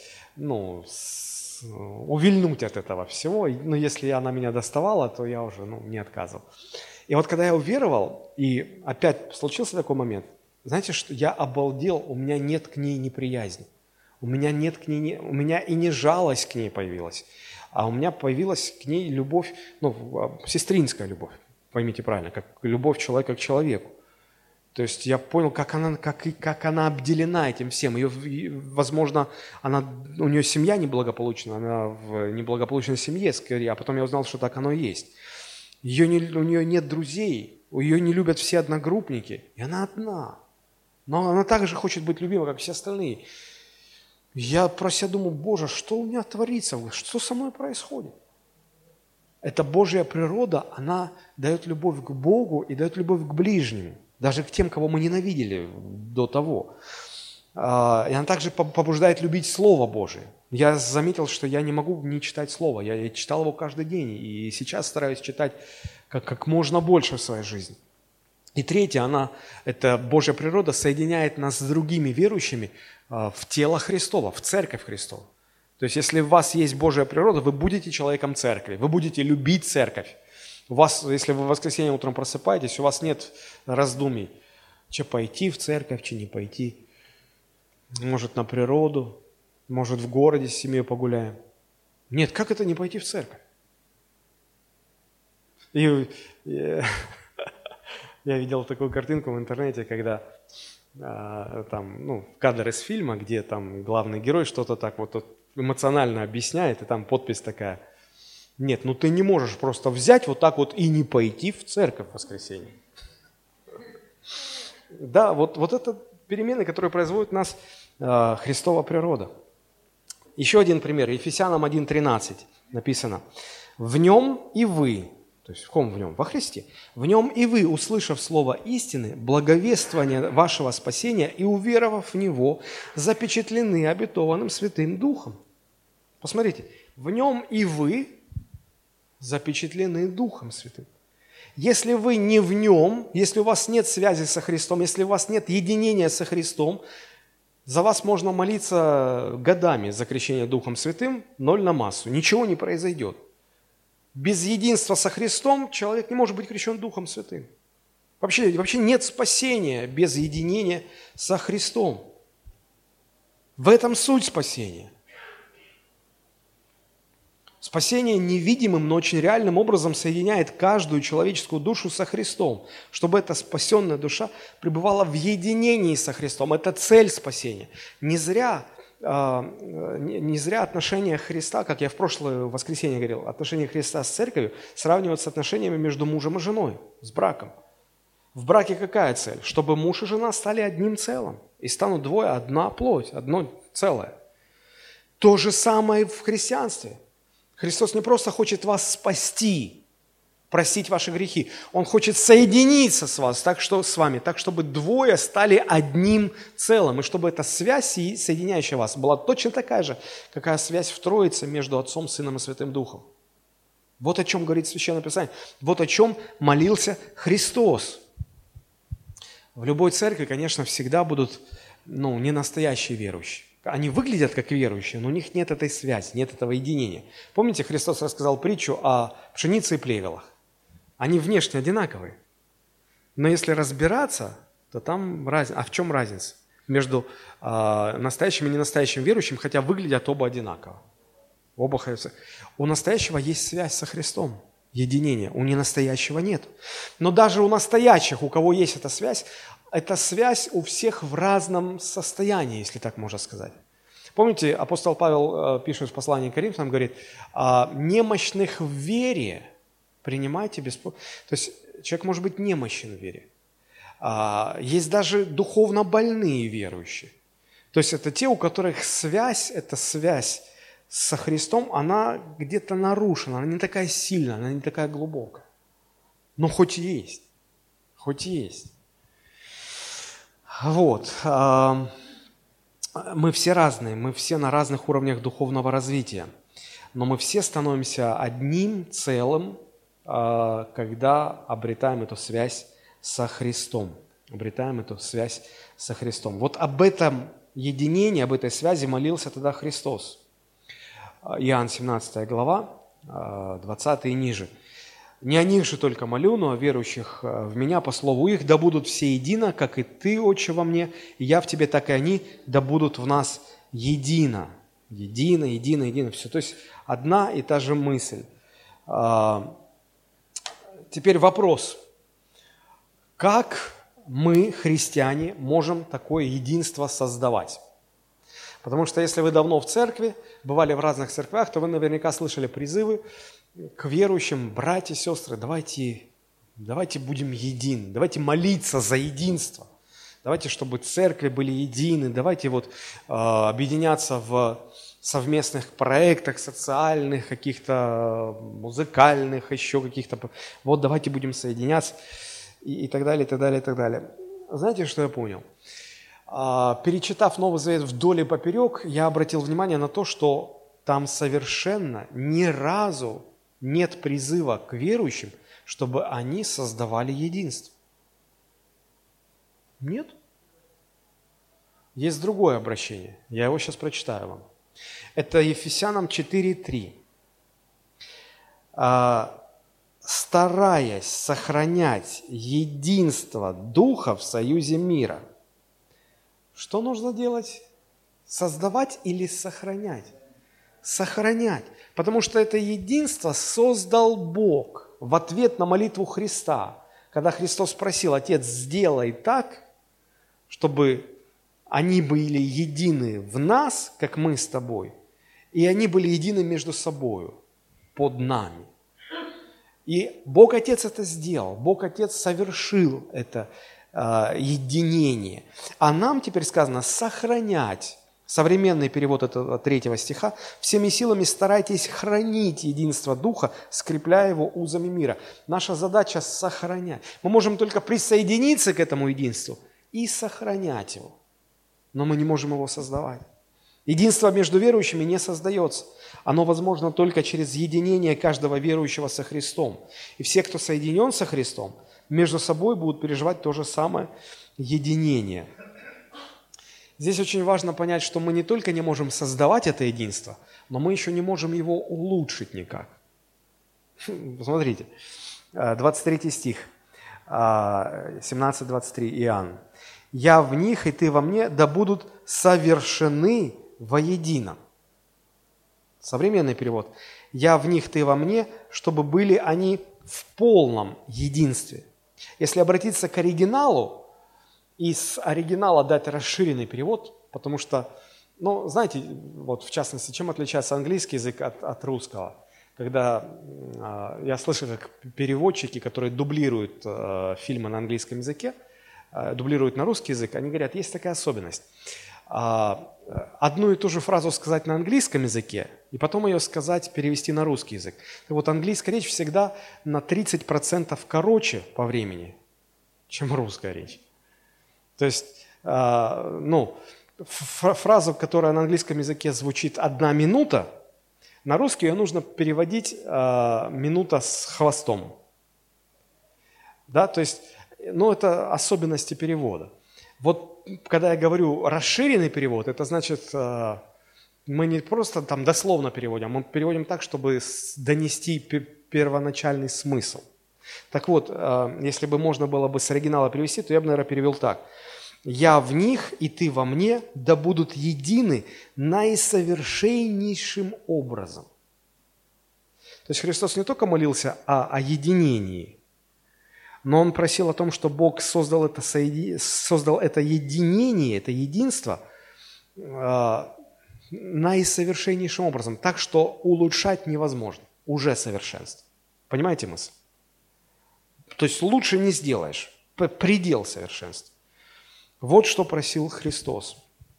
увильнуть от этого всего. Но если она меня доставала, то я уже не отказывал. И вот когда я уверовал, и опять случился такой момент, знаете, что я обалдел, у меня нет к ней неприязни. У меня и не жалость к ней появилась, а у меня появилась к ней любовь, сестринская любовь, поймите правильно, как любовь человека к человеку. То есть я понял, как она обделена этим всем. Возможно, у нее семья неблагополучная, она в неблагополучной семье, скорее, а потом я узнал, что так оно и есть. У нее нет друзей, ее не любят все одногруппники, и она одна. Но она также хочет быть любима, как все остальные. Я про себя думаю, Боже, что у меня творится? Что со мной происходит? Эта Божья природа, она дает любовь к Богу и дает любовь к ближнему. Даже к тем, кого мы ненавидели до того. И она также побуждает любить Слово Божие. Я заметил, что я не могу не читать Слово. Я читал его каждый день. И сейчас стараюсь читать как можно больше в своей жизни. И третье, эта Божья природа соединяет нас с другими верующими в тело Христово, в церковь Христову. То есть, если у вас есть Божья природа, вы будете человеком церкви, вы будете любить церковь. Если вы в воскресенье утром просыпаетесь, у вас нет раздумий, че пойти в церковь, че не пойти. Может, на природу, может, в городе с семьей погуляем. Нет, как это не пойти в церковь? Я видел такую картинку в интернете, когда кадр из фильма, где там главный герой что-то так эмоционально объясняет, и там подпись такая: нет, ты не можешь просто взять вот так и не пойти в церковь в воскресенье. Да, вот это перемены, которые производит в нас Христова природа. Еще один пример. Ефесянам 1:13 написано: «В нем и вы». То есть в ком в нем? Во Христе. «В нем и вы, услышав слово истины, благовествование вашего спасения и уверовав в него, запечатлены обетованным Святым Духом». Посмотрите, в нем и вы запечатлены Духом Святым. Если вы не в нем, если у вас нет связи со Христом, если у вас нет единения со Христом, за вас можно молиться годами за крещение Духом Святым, 0 на массу, ничего не произойдет. Без единства со Христом человек не может быть крещен Духом Святым. Вообще нет спасения без единения со Христом. В этом суть спасения. Спасение невидимым, но очень реальным образом соединяет каждую человеческую душу со Христом, чтобы эта спасенная душа пребывала в единении со Христом. Это цель спасения. Не зря отношения Христа, как я в прошлое воскресенье говорил, отношения Христа с церковью сравнивают с отношениями между мужем и женой, с браком. В браке какая цель? Чтобы муж и жена стали одним целым, и станут двое, одна плоть, одно целое. То же самое в христианстве. Христос не просто хочет вас спасти, простить ваши грехи. Он хочет соединиться с вами, так, чтобы двое стали одним целым, и чтобы эта связь, соединяющая вас, была точно такая же, какая связь в Троице между Отцом, Сыном и Святым Духом. Вот о чем говорит Священное Писание. Вот о чем молился Христос. В любой церкви, конечно, всегда будут не настоящие верующие. Они выглядят как верующие, но у них нет этой связи, нет этого единения. Помните, Христос рассказал притчу о пшенице и плевелах? Они внешне одинаковые. Но если разбираться, то там разница. А в чем разница между настоящим и ненастоящим верующим, хотя выглядят оба одинаково? Оба Христа. У настоящего есть связь со Христом, единение. У ненастоящего нет. Но даже у настоящих, у кого есть эта связь у всех в разном состоянии, если так можно сказать. Помните, апостол Павел пишет в послании к Коринфянам, говорит, немощных в вере принимайте беспомощно. То есть человек может быть немощен в вере. Есть даже духовно больные верующие. То есть это те, у которых эта связь со Христом, она где-то нарушена, она не такая сильная, она не такая глубокая. Но хоть есть. Вот. Мы все разные, мы все на разных уровнях духовного развития. Но мы все становимся одним целым, когда обретаем эту связь со Христом. Вот об этом единении, об этой связи молился тогда Христос. Иоанн 17 глава, 20 и ниже. «Не о них же только молю, но о верующих в Меня по слову их, да будут все едино, как и Ты, Отче, во Мне, и Я в Тебе, так и они, да будут в нас едино». Едино. Все. То есть одна и та же мысль. Теперь вопрос. Как мы, христиане, можем такое единство создавать? Потому что если вы давно в церкви, бывали в разных церквях, то вы наверняка слышали призывы к верующим: братья и сестры, давайте будем едины, давайте молиться за единство, давайте, чтобы церкви были едины, давайте объединяться в совместных проектах социальных, каких-то музыкальных, еще каких-то, давайте будем соединяться и так далее, и так далее, и так далее. Знаете, что я понял? Перечитав Новый Завет вдоль и поперек, я обратил внимание на то, что там совершенно ни разу нет призыва к верующим, чтобы они создавали единство. Нет. Есть другое обращение. Я его сейчас прочитаю вам. Это Ефесянам 4:3. «Стараясь сохранять единство Духа в союзе мира». Что нужно делать? Создавать или сохранять? Сохранять. Потому что это единство создал Бог в ответ на молитву Христа. Когда Христос спросил: Отец, сделай так, чтобы они были едины в нас, как мы с тобой, и они были едины между собою, под нами. И Бог Отец это сделал. Бог Отец совершил это единение. А нам теперь сказано сохранять. Современный перевод этого 3 стиха: «Всеми силами старайтесь хранить единство Духа, скрепляя его узами мира». Наша задача сохранять. Мы можем только присоединиться к этому единству и сохранять его. Но мы не можем его создавать. Единство между верующими не создается. Оно возможно только через единение каждого верующего со Христом. И все, кто соединен со Христом, между собой будут переживать то же самое единение. Здесь очень важно понять, что мы не только не можем создавать это единство, но мы еще не можем его улучшить никак. Посмотрите, 23 стих, 17-23 Иоанн. «Я в них, и ты во мне, да будут совершены воедино». Современный перевод. «Я в них, ты во мне, чтобы были они в полном единстве». Если обратиться к оригиналу, из оригинала дать расширенный перевод, потому что, знаете, в частности, чем отличается английский язык от русского? Когда я слышу, как переводчики, которые дублируют фильмы на английском языке, дублируют на русский язык, они говорят, есть такая особенность. Одну и ту же фразу сказать на английском языке, и потом ее перевести на русский язык. Так английская речь всегда на 30% короче по времени, чем русская речь. То есть, фраза, которая на английском языке звучит 1 минута, На русский ее нужно переводить минута с хвостом. Да, то есть, это особенности перевода. Вот когда я говорю расширенный перевод, это значит, мы не просто там дословно переводим, мы переводим так, чтобы донести первоначальный смысл. Так вот, если бы можно было бы с оригинала перевести, то я бы, наверное, перевел так. «Я в них, и ты во мне, да будут едины наисовершеннейшим образом». То есть Христос не только молился о единении, но Он просил о том, что Бог создал это единение, это единство наисовершеннейшим образом, так что улучшать невозможно, уже совершенство. Понимаете мысль? То есть лучше не сделаешь, предел совершенства. Вот что просил Христос.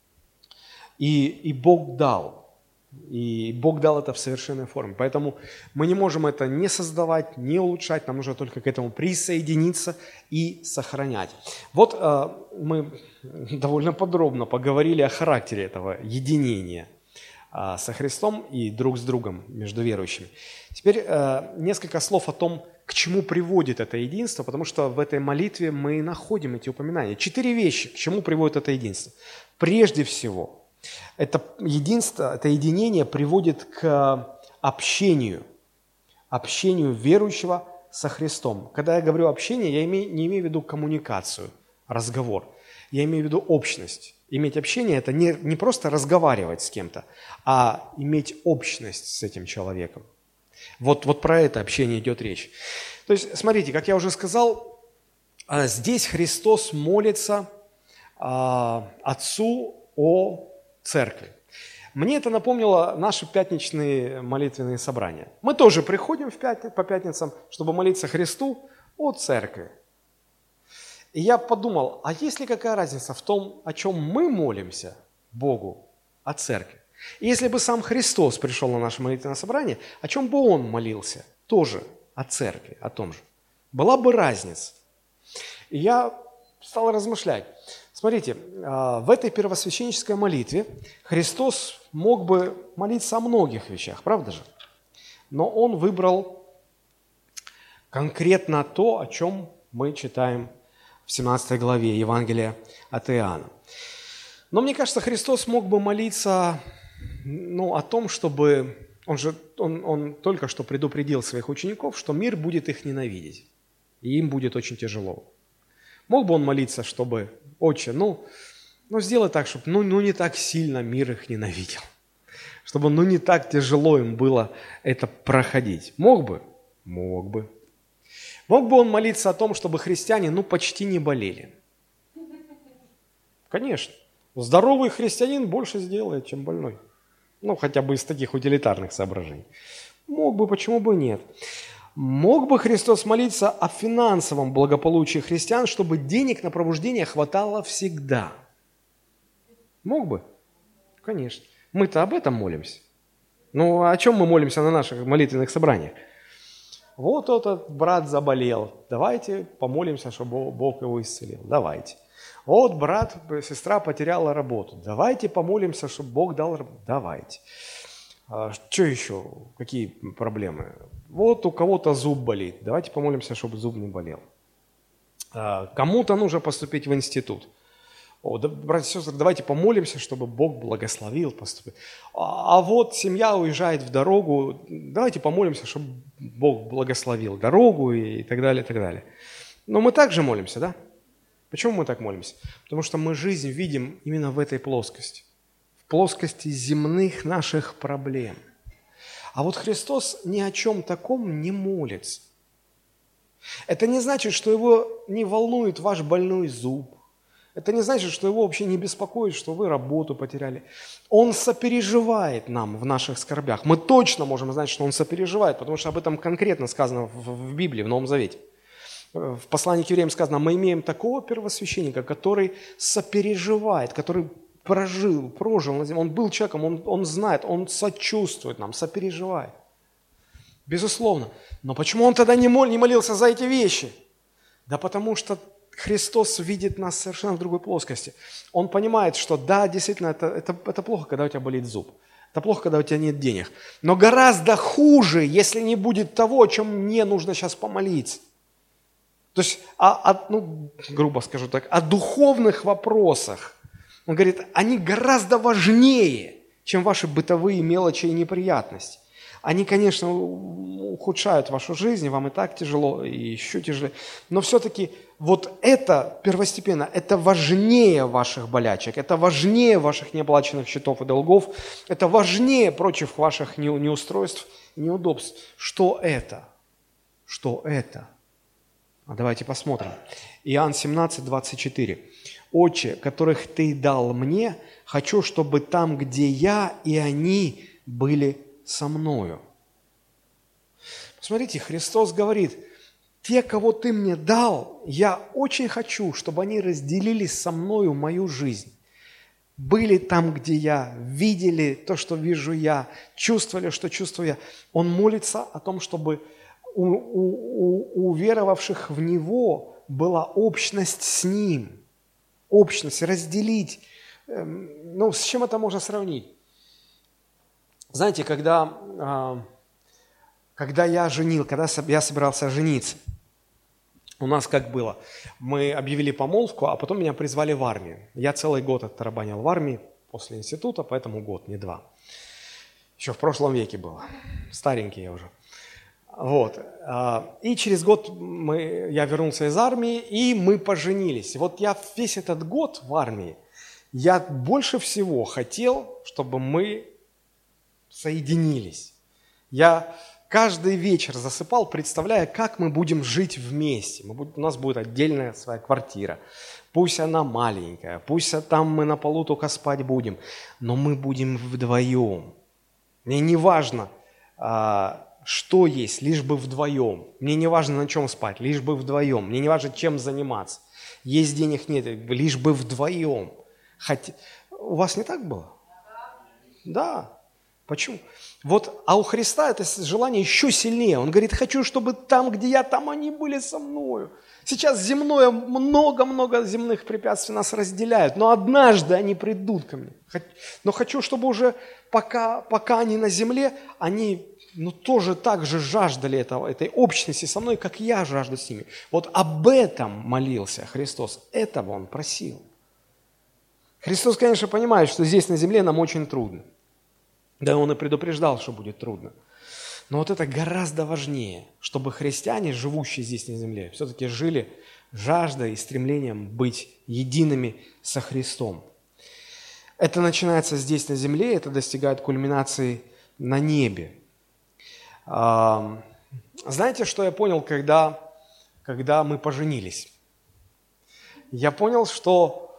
И Бог дал. И Бог дал это в совершенной форме. Поэтому мы не можем это не создавать, не улучшать, нам нужно только к этому присоединиться и сохранять. Вот мы довольно подробно поговорили о характере этого единения со Христом и друг с другом между верующими. Теперь несколько слов о том, к чему приводит это единство, потому что в этой молитве мы находим эти упоминания. 4 вещи, к чему приводит это единство. Прежде всего, это единство, это единение приводит к общению верующего со Христом. Когда я говорю общение, я не имею в виду коммуникацию, разговор. Я имею в виду общность. Иметь общение – это не просто разговаривать с кем-то, а иметь общность с этим человеком. Вот про это общение идет речь. То есть, смотрите, как я уже сказал, здесь Христос молится Отцу о церкви. Мне это напомнило наши пятничные молитвенные собрания. Мы тоже приходим по пятницам, чтобы молиться Христу о церкви. И я подумал, а есть ли какая разница в том, о чем мы молимся Богу, о церкви? И если бы сам Христос пришел на наше молитвенное собрание, о чем бы Он молился? Тоже о церкви, о том же. Была бы разница. И я стал размышлять. Смотрите, в этой первосвященнической молитве Христос мог бы молиться о многих вещах, правда же? Но Он выбрал конкретно то, о чем мы читаем в 17 главе Евангелия от Иоанна. Но мне кажется, Христос мог бы молиться о том, чтобы... Он только что предупредил своих учеников, что мир будет их ненавидеть, и им будет очень тяжело. Мог бы он молиться, чтобы, Отче, сделай так, чтобы не так сильно мир их ненавидел, чтобы не так тяжело им было это проходить. Мог бы? Мог бы. Мог бы он молиться о том, чтобы христиане почти не болели? Конечно. Здоровый христианин больше сделает, чем больной. Хотя бы из таких утилитарных соображений. Мог бы, почему бы нет? Мог бы Христос молиться о финансовом благополучии христиан, чтобы денег на пробуждение хватало всегда? Мог бы? Конечно. Мы-то об этом молимся. О чем мы молимся на наших молитвенных собраниях? Вот этот брат заболел. Давайте помолимся, чтобы Бог его исцелил. Давайте. Вот брат, сестра потеряла работу. Давайте помолимся, чтобы Бог дал работу. Давайте. Что еще? Какие проблемы? Вот у кого-то зуб болит. Давайте помолимся, чтобы зуб не болел. Кому-то нужно поступить в институт. Братья и сестры, давайте помолимся, чтобы Бог благословил поступить. А вот семья уезжает в дорогу. Давайте помолимся, чтобы Бог благословил дорогу и так далее, и так далее. Но мы также молимся, да? Почему мы так молимся? Потому что мы жизнь видим именно в этой плоскости. В плоскости земных наших проблем. А вот Христос ни о чем таком не молится. Это не значит, что его не волнует ваш больной зуб. Это не значит, что его вообще не беспокоит, что вы работу потеряли. Он сопереживает нам в наших скорбях. Мы точно можем знать, что он сопереживает, потому что об этом конкретно сказано в Библии, в Новом Завете. В послании к евреям сказано, мы имеем такого первосвященника, который сопереживает, который прожил на земле. Он был человеком, он знает, он сочувствует нам, сопереживает. Безусловно. Но почему он тогда не молился за эти вещи? Да потому что Христос видит нас совершенно в другой плоскости. Он понимает, что да, действительно, это плохо, когда у тебя болит зуб. Это плохо, когда у тебя нет денег. Но гораздо хуже, если не будет того, о чем мне нужно сейчас помолиться. То есть, грубо скажу так, о духовных вопросах. Он говорит, они гораздо важнее, чем ваши бытовые мелочи и неприятности. Они, конечно, ухудшают вашу жизнь, вам и так тяжело, и еще тяжелее. Но все-таки вот это первостепенно, это важнее ваших болячек, это важнее ваших неоплаченных счетов и долгов, это важнее прочих ваших неустройств и неудобств. Что это? Что это? Давайте посмотрим. Иоанн 17, 24. «Отче, которых Ты дал мне, хочу, чтобы там, где я, и они были со мною». Посмотрите, Христос говорит, те, кого Ты мне дал, я очень хочу, чтобы они разделили со мною мою жизнь. Были там, где я, видели то, что вижу я, чувствовали, что чувствую я. Он молится о том, чтобы у веровавших в Него была общность с Ним. Общность, разделить. С чем это можно сравнить? Знаете, когда я собирался жениться, у нас как было? Мы объявили помолвку, а потом меня призвали в армию. Я целый год оттарабанил в армии после института, поэтому год, не 2. Еще в прошлом веке было. Старенький я уже. Вот. И через год я вернулся из армии, и мы поженились. Вот я весь этот год в армии, я больше всего хотел, чтобы мы соединились. Я каждый вечер засыпал, представляя, как мы будем жить вместе. У нас будет отдельная своя квартира. Пусть она маленькая, пусть там мы на полу только спать будем, но мы будем вдвоем. Мне не важно, что есть, лишь бы вдвоем. Мне не важно, на чем спать, лишь бы вдвоем. Мне не важно, чем заниматься. Есть денег, нет, лишь бы вдвоем. У вас не так было? Да. Почему? А у Христа это желание еще сильнее. Он говорит, хочу, чтобы там, где я, там они были со мною. Сейчас земное, много-много земных препятствий нас разделяют, но однажды они придут ко мне. Но хочу, чтобы уже пока они на земле, они тоже так же жаждали этой общности со мной, как я жажду с ними. Вот об этом молился Христос, этого Он просил. Христос, конечно, понимает, что здесь на земле нам очень трудно. Да, Он и предупреждал, что будет трудно. Но вот это гораздо важнее, чтобы христиане, живущие здесь на земле, все-таки жили жаждой и стремлением быть едиными со Христом. Это начинается здесь на земле, это достигает кульминации на небе. Знаете, что я понял, когда мы поженились? Я понял, что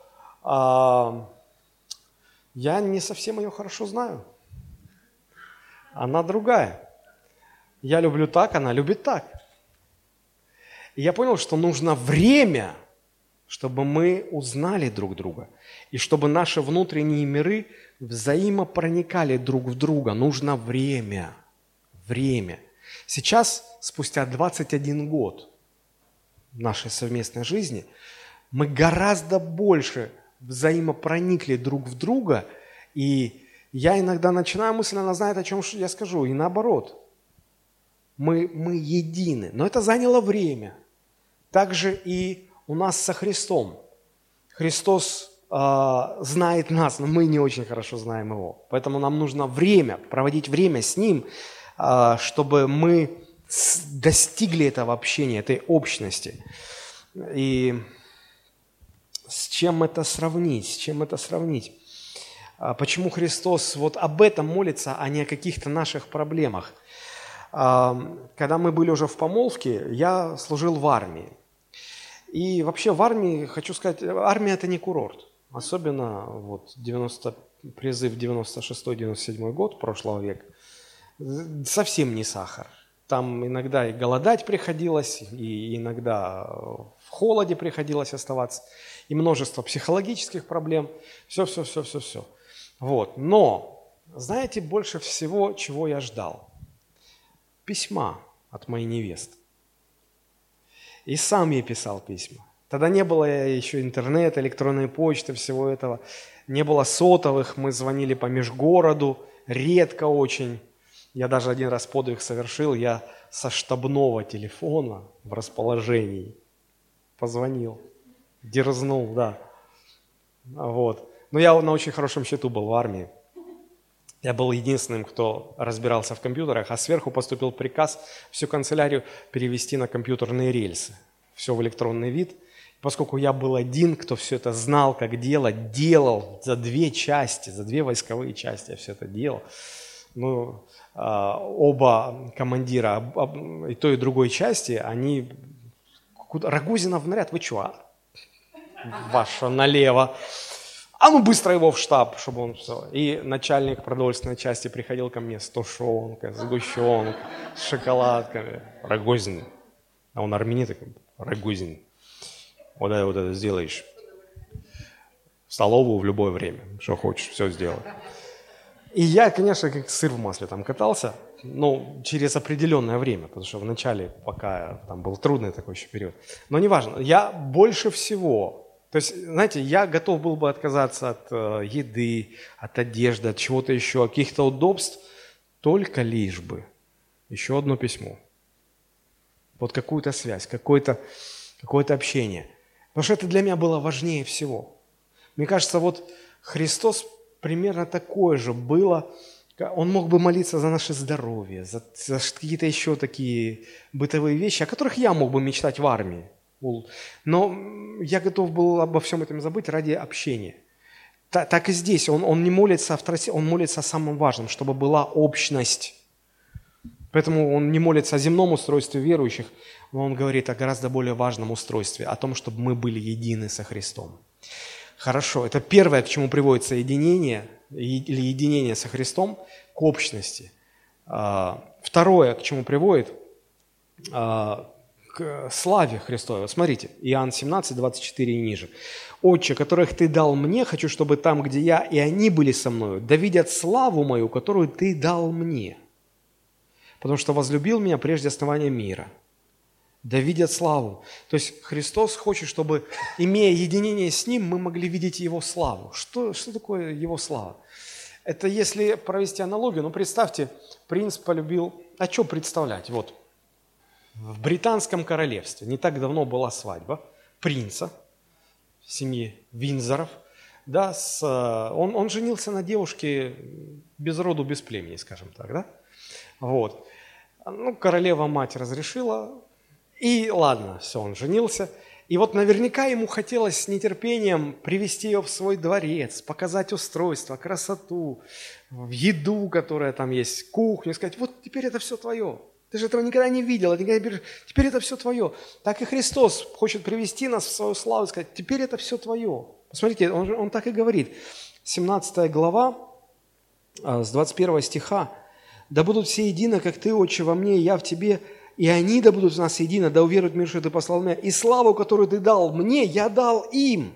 я не совсем ее хорошо знаю. Она другая. Я люблю так, она любит так. И я понял, что нужно время, чтобы мы узнали друг друга. И чтобы наши внутренние миры взаимопроникали друг в друга. Нужно время. Время. Сейчас, спустя 21 год нашей совместной жизни, мы гораздо больше взаимопроникли друг в друга, и я иногда начинаю мысленно, она знает, о чем я скажу, и наоборот. Мы едины, но это заняло время. Также и у нас со Христом. Христос знает нас, но мы не очень хорошо знаем Его. Поэтому нам нужно время, проводить время с Ним, чтобы мы достигли этого общения, этой общности. И с чем это сравнить? Почему Христос вот об этом молится, а не о каких-то наших проблемах? Когда мы были уже в помолвке, я служил в армии. И вообще в армии, хочу сказать, армия – это не курорт. Особенно призыв 96-97 год прошлого века. Совсем не сахар. Там иногда и голодать приходилось, и иногда в холоде приходилось оставаться, и множество психологических проблем. Все. Но, знаете, больше всего, чего я ждал? Письма от моей невесты. И сам ей писал письма. Тогда не было еще интернета, электронной почты, всего этого. не было сотовых, мы звонили по межгороду, редко очень. Я даже один раз подвиг совершил, я со штабного телефона в расположении позвонил, дерзнул, да. Вот. Но я на очень хорошем счету был в армии. Я был единственным, кто разбирался в компьютерах, а сверху поступил приказ всю канцелярию перевести на компьютерные рельсы. Все в электронный вид. Поскольку я был один, кто все это знал, как делать, делал за 2 части, за 2 войсковые части я все это делал. Ну, оба командира и той, и другой части, они... Рогозина в наряд, вы чего? Ваша налево. А ну быстро его в штаб, чтобы он все. И начальник продовольственной части приходил ко мне с тушенкой, сгущенкой, с шоколадками. Рогозин. А он армянин такой, Рогозин. Вот это сделаешь. В столовую в любое время, что хочешь, все сделай. И я, конечно, как сыр в масле там катался, но через определенное время, потому что вначале, пока там был трудный такой еще период. Но неважно, я больше всего, то есть, знаете, я готов был бы отказаться от еды, от одежды, от чего-то еще, от каких-то удобств, только лишь бы еще одно письмо. Вот какую-то связь, какое-то общение. Потому что это для меня было важнее всего. Мне кажется, вот Христос примерно такое же было. Он мог бы молиться за наше здоровье, за какие-то еще такие бытовые вещи, о которых я мог бы мечтать в армии. Но я готов был обо всем этом забыть ради общения. Так и здесь. Он не молится о второстепенном, он молится о самом важном, чтобы была общность. Поэтому он не молится о земном устройстве верующих, но он говорит о гораздо более важном устройстве, о том, чтобы мы были едины со Христом. Хорошо, это первое, к чему приводит соединение или единение со Христом, к общности. Второе, к чему приводит, к славе Христовой. Смотрите, Иоанн 17, 24 и ниже. «Отче, которых Ты дал мне, хочу, чтобы там, где я, и они были со мною, да видят славу мою, которую Ты дал мне, потому что возлюбил меня прежде основания мира». Да видят славу. То есть Христос хочет, чтобы, имея единение с Ним, мы могли видеть Его славу. Что такое Его слава? Это если провести аналогию, ну представьте, принц полюбил... А что представлять? Вот, в британском королевстве не так давно была свадьба принца в семье Виндзоров. Да, он женился на девушке без роду, без племени, скажем так. Да? Вот. Ну, королева-мать разрешила... И ладно, все, он женился. И вот наверняка ему хотелось с нетерпением привести ее в свой дворец, показать устройство, красоту, еду, которая там есть, кухню, сказать, вот теперь это все твое. Ты же этого никогда не видел, теперь это все твое. Так и Христос хочет привести нас в свою славу и сказать, теперь это все твое. Посмотрите, он так и говорит. 17 глава, с 21 стиха. «Да будут все едины, как Ты, Отче, во мне, и я в Тебе, и они да будут в нас едины, да уверуют в мир, что Ты послал меня. И славу, которую Ты дал мне, я дал им».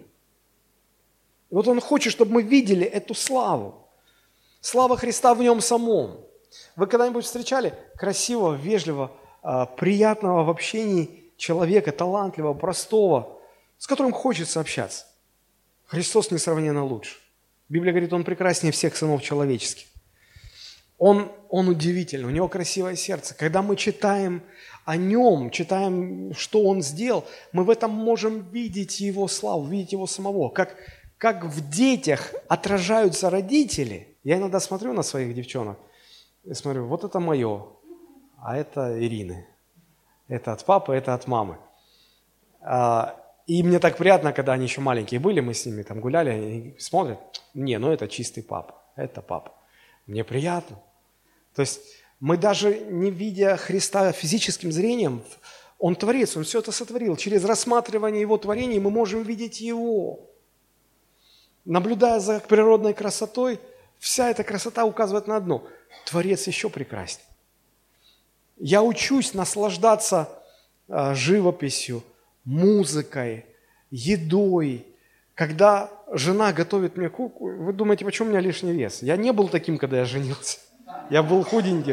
И вот Он хочет, чтобы мы видели эту славу. Слава Христа в Нем самом. Вы когда-нибудь встречали красивого, вежливого, приятного в общении человека, талантливого, простого, с которым хочется общаться? Христос несравненно лучше. Библия говорит, Он прекраснее всех сынов человеческих. Он удивительный, у Него красивое сердце. Когда мы читаем о Нем, читаем, что Он сделал, мы в этом можем видеть Его славу, видеть Его самого. Как в детях отражаются родители. Я иногда смотрю на своих девчонок и смотрю, вот это мое, а это Ирины. Это от папы, это от мамы. И мне так приятно, когда они еще маленькие были, мы с ними там гуляли, они смотрят, не, ну это чистый папа, это папа. Мне приятно. То есть мы даже не видя Христа физическим зрением, Он творец, Он все это сотворил. Через рассматривание Его творений мы можем видеть Его. Наблюдая за природной красотой, вся эта красота указывает на одно. Творец еще прекрасней. Я учусь наслаждаться живописью, музыкой, едой. Когда жена готовит мне кухню, вы думаете, почему у меня лишний вес? Я не был таким, когда я женился. Я был худенький.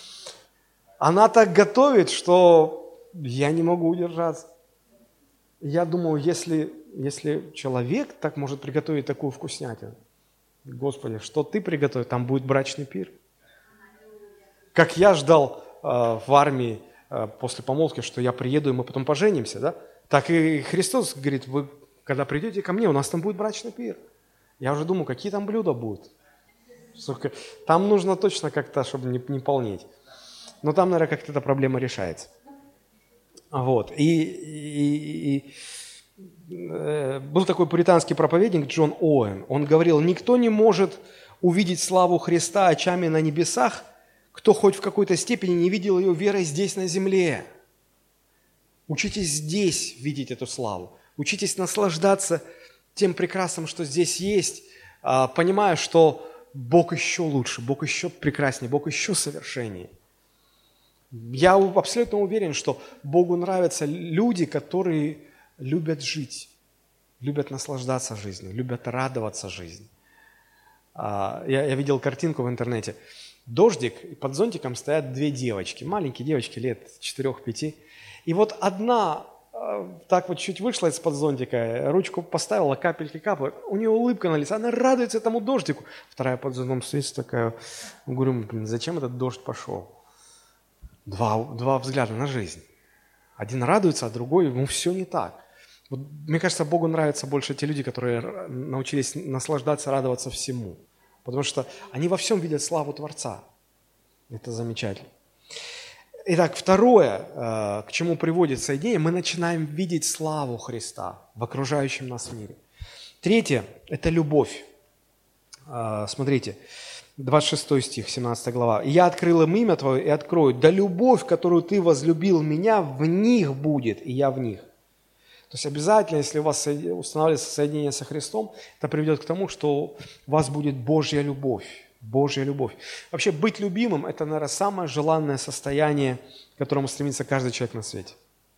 Она так готовит, что я не могу удержаться. Я думаю, если если человек так может приготовить такую вкуснятину, Господи, что ты приготовил, там будет брачный пир. Как я ждал в армии после помолвки, что я приеду, и мы потом поженимся, да? Так и Христос говорит, вы когда придете ко мне, у нас там будет брачный пир. Я уже думаю, какие там блюда будут. Там нужно точно как-то, чтобы не полнеть. Но там, наверное, как-то эта проблема решается. Вот. Был такой пуританский проповедник Джон Оуэн. Он говорил, никто не может увидеть славу Христа очами на небесах, кто хоть в какой-то степени не видел ее верой здесь, на земле. Учитесь здесь видеть эту славу. Учитесь наслаждаться тем прекрасным, что здесь есть, понимая, что Бог еще лучше, Бог еще прекраснее, Бог еще совершеннее. Я абсолютно уверен, что Богу нравятся люди, которые любят жить, любят наслаждаться жизнью, любят радоваться жизни. Я видел картинку в интернете. Дождик, и под зонтиком стоят две девочки, маленькие девочки лет 4-5. И вот одна так вот чуть вышла из-под зонтика, ручку поставила, капельки капают, у нее улыбка на лице, она радуется этому дождику. Вторая под зонтом стоит такая, говорю, зачем этот дождь пошел? Два взгляда на жизнь. Один радуется, а другой, ему все не так. Вот, мне кажется, Богу нравятся больше те люди, которые научились наслаждаться, радоваться всему. Потому что они во всем видят славу Творца. Это замечательно. Итак, второе, к чему приводит соединение, мы начинаем видеть славу Христа в окружающем нас мире. Третье – это любовь. Смотрите, 26 стих, 17 глава. «Я открыл им имя Твое и открою, да любовь, которую Ты возлюбил меня, в них будет, и я в них». То есть обязательно, если у вас устанавливается соединение со Христом, это приведет к тому, что у вас будет Божья любовь. Божья любовь. Вообще быть любимым – это, наверное, самое желанное состояние, к которому стремится каждый человек на свете.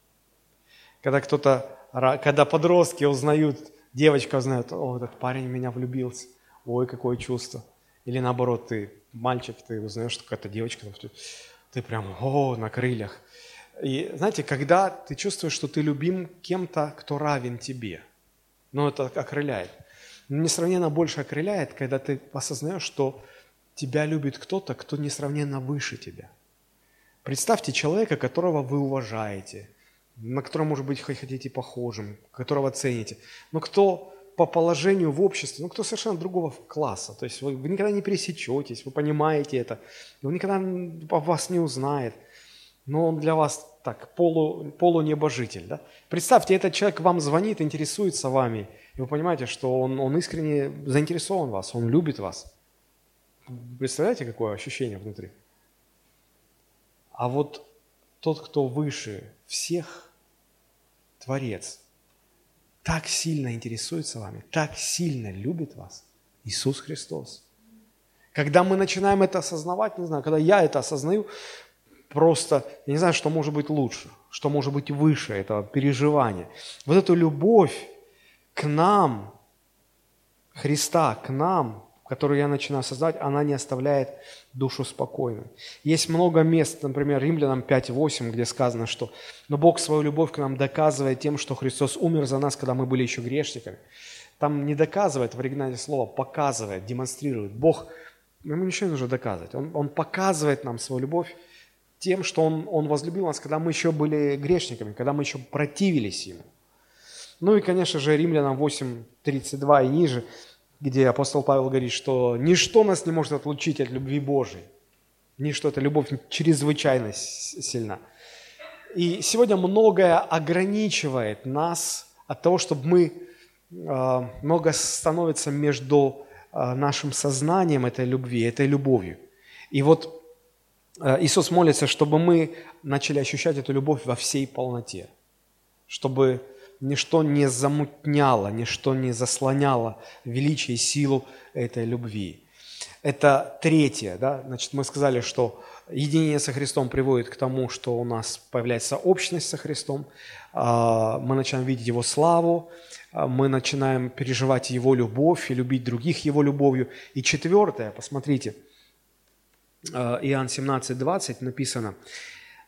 Когда подростки узнают, девочка узнает, о, этот парень в меня влюбился, ой, какое чувство. Или наоборот, ты мальчик, ты узнаешь, что какая-то девочка, ты прям, о, на крыльях. И знаете, когда ты чувствуешь, что ты любим кем-то, кто равен тебе, это окрыляет. Но несравненно больше окрыляет, когда ты осознаешь, что тебя любит кто-то, кто несравненно выше тебя. Представьте человека, которого вы уважаете, на которого, может быть, хотите похожим, которого цените, но кто по положению в обществе, кто совершенно другого класса. То есть вы никогда не пересечетесь, вы понимаете это, он никогда вас не узнает, но он для вас так, полунебожитель. Да? Представьте, этот человек вам звонит, интересуется вами, и вы понимаете, что он искренне заинтересован в вас, он любит вас. Представляете, какое ощущение внутри? А вот тот, кто выше всех, Творец, так сильно интересуется вами, так сильно любит вас, Иисус Христос. Когда мы начинаем это осознавать, не знаю, когда я это осознаю, просто, я не знаю, что может быть лучше, что может быть выше этого переживания. Вот эту любовь к нам, Христа, к нам, которую я начинаю осознавать, она не оставляет душу спокойной. Есть много мест, например, Римлянам 5:8, где сказано, что «Но Бог свою любовь к нам доказывает тем, что Христос умер за нас, когда мы были еще грешниками». Там не доказывает в оригинале слова, показывает, демонстрирует. Бог, ему ничего не нужно доказывать. Он показывает нам свою любовь тем, что Он возлюбил нас, когда мы еще были грешниками, когда мы еще противились Ему. Ну и, конечно же, Римлянам 8:32 и ниже, где апостол Павел говорит, что ничто нас не может отлучить от любви Божией. Ничто, эта любовь чрезвычайно сильна. И сегодня многое ограничивает нас от того, чтобы много становится между нашим сознанием этой любви, этой любовью. И вот Иисус молится, чтобы мы начали ощущать эту любовь во всей полноте, чтобы ничто не замутняло, ничто не заслоняло величие и силу этой любви. Это третье, да? Значит, мы сказали, что единение со Христом приводит к тому, что у нас появляется общность со Христом, мы начинаем видеть Его славу, мы начинаем переживать Его любовь и любить других Его любовью. И четвертое, посмотрите, Иоанн 17:20 написано: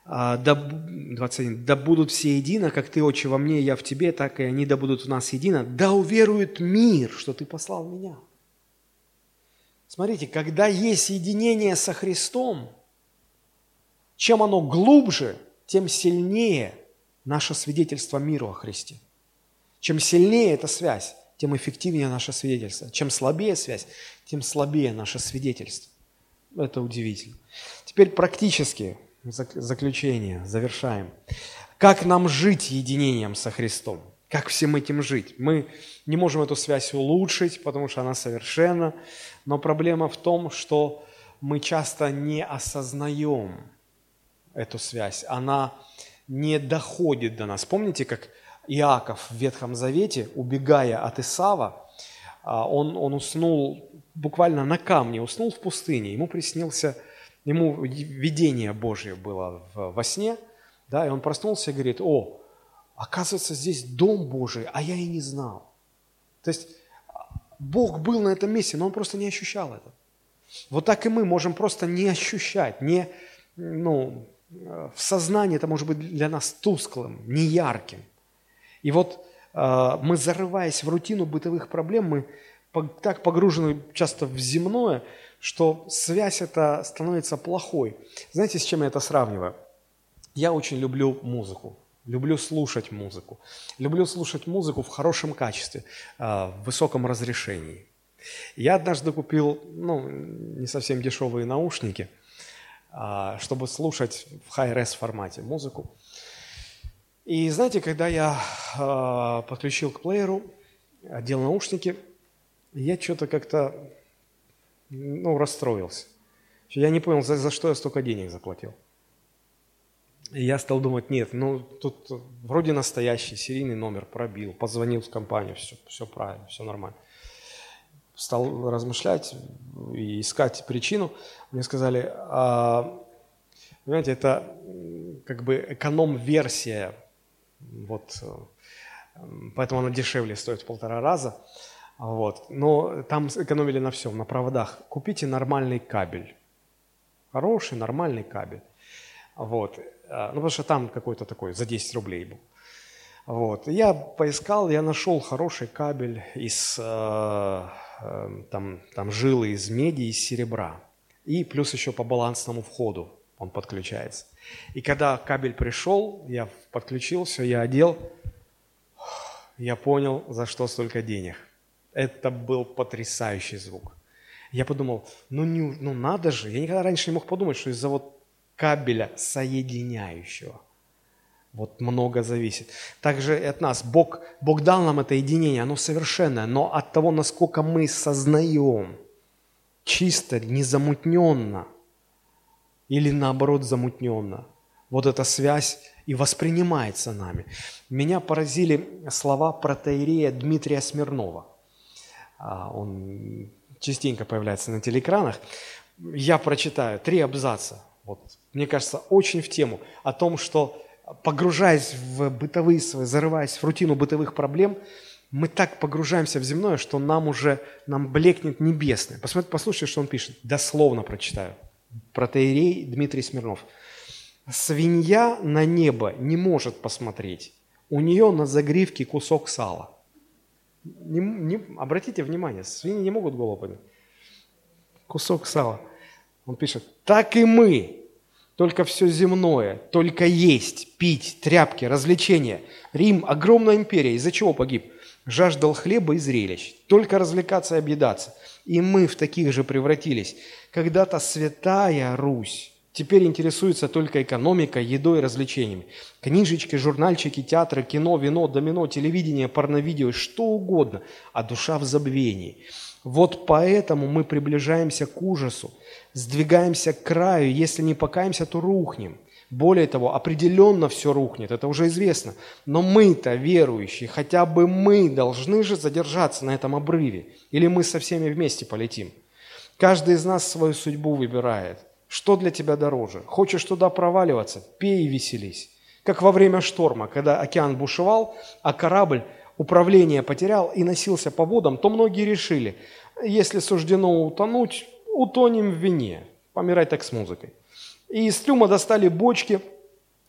21. «Да будут все едино, как Ты, Отче, во мне, и я в Тебе, так и они да будут в нас едино. Да уверует мир, что Ты послал меня». Смотрите, когда есть единение со Христом, чем оно глубже, тем сильнее наше свидетельство миру о Христе. Чем сильнее эта связь, тем эффективнее наше свидетельство. Чем слабее связь, тем слабее наше свидетельство. Это удивительно. Теперь практически заключение, завершаем. Как нам жить единением со Христом? Как всем этим жить? Мы не можем эту связь улучшить, потому что она совершенна, но проблема в том, что мы часто не осознаем эту связь, она не доходит до нас. Помните, как Иаков в Ветхом Завете, убегая от Исава, он уснул буквально на камне, уснул в пустыне, ему видение Божье было во сне, да, и он проснулся и говорит: «О, оказывается, здесь Дом Божий, а я и не знал». То есть Бог был на этом месте, но он просто не ощущал это. Вот так и мы можем просто не ощущать, в сознании это может быть для нас тусклым, неярким. И вот мы, зарываясь в рутину бытовых проблем, мы так погружены часто в земное, что связь эта становится плохой. Знаете, с чем я это сравниваю? Я очень люблю музыку, люблю слушать музыку. Люблю слушать музыку в хорошем качестве, в высоком разрешении. Я однажды купил, не совсем дешевые наушники, чтобы слушать в high-res формате музыку. И знаете, когда я подключил к плееру, одел наушники, я что-то как-то, расстроился. Я не понял, за что я столько денег заплатил. И я стал думать: нет, тут вроде настоящий, серийный номер пробил, позвонил в компанию, все правильно, все нормально. Стал размышлять и искать причину. Мне сказали: понимаете, это как бы эконом-версия, поэтому она дешевле стоит в 1,5 раза. Но там экономили на всем, на проводах. Купите нормальный кабель, хороший нормальный кабель. Потому что там какой-то такой за 10 рублей был. Я поискал, я нашел хороший кабель из жилы из меди, из серебра. И плюс еще по балансному входу он подключается. И когда кабель пришел, я подключил все, я одел, я понял, за что столько денег. Это был потрясающий звук. Я подумал: надо же, я никогда раньше не мог подумать, что из-за кабеля соединяющего много зависит. Также и от нас. Бог дал нам это единение, оно совершенное, но от того, насколько мы сознаем, чисто, незамутненно, или наоборот замутненно, эта связь и воспринимается нами. Меня поразили слова протоиерея Дмитрия Смирнова. Он частенько появляется на телеэкранах. Я прочитаю 3 абзаца. Мне кажется, очень в тему о том, что, погружаясь в бытовые свои, зарываясь в рутину бытовых проблем, мы так погружаемся в земное, что нам блекнет небесное. Послушайте, что он пишет. Дословно прочитаю. Протоиерей Дмитрий Смирнов. «Свинья на небо не может посмотреть. У нее на загривке кусок сала». Обратите внимание, свиньи не могут голову поднять. Кусок сала. Он пишет: «Так и мы, только все земное, только есть, пить, тряпки, развлечения. Рим – огромная империя, из-за чего погиб? Жаждал хлеба и зрелищ, только развлекаться и объедаться. И мы в таких же превратились. Когда-то святая Русь теперь интересуется только экономикой, едой и развлечениями. Книжечки, журнальчики, театры, кино, вино, домино, телевидение, порновидео, что угодно, а душа в забвении. Поэтому мы приближаемся к ужасу, сдвигаемся к краю, если не покаемся, то рухнем. Более того, определенно все рухнет, это уже известно. Но мы-то, верующие, хотя бы мы должны же задержаться на этом обрыве, или мы со всеми вместе полетим. Каждый из нас свою судьбу выбирает. Что для тебя дороже? Хочешь туда проваливаться? Пей и веселись. Как во время шторма, когда океан бушевал, а корабль управление потерял и носился по водам, то многие решили: если суждено утонуть, утонем в вине. Помирать так с музыкой. И из трюма достали бочки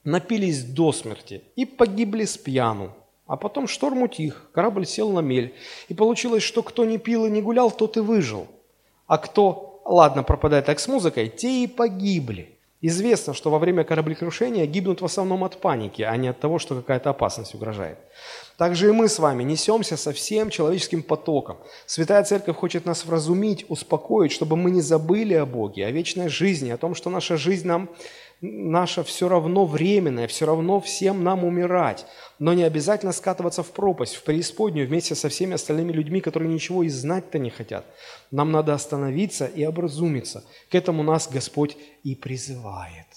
напились до смерти и погибли с пьяну. А потом шторм утих, корабль сел на мель. И получилось, что кто не пил и не гулял, тот и выжил. А кто, ладно, пропадает так с музыкой, те и погибли. Известно, что во время кораблекрушения гибнут в основном от паники, а не от того, что какая-то опасность угрожает. Также и мы с вами несемся со всем человеческим потоком. Святая Церковь хочет нас вразумить, успокоить, чтобы мы не забыли о Боге, о вечной жизни, о том, что наша жизнь наша все равно временная, все равно всем нам умирать. Но не обязательно скатываться в пропасть, в преисподнюю вместе со всеми остальными людьми, которые ничего и знать-то не хотят. Нам надо остановиться и образумиться. К этому нас Господь и призывает.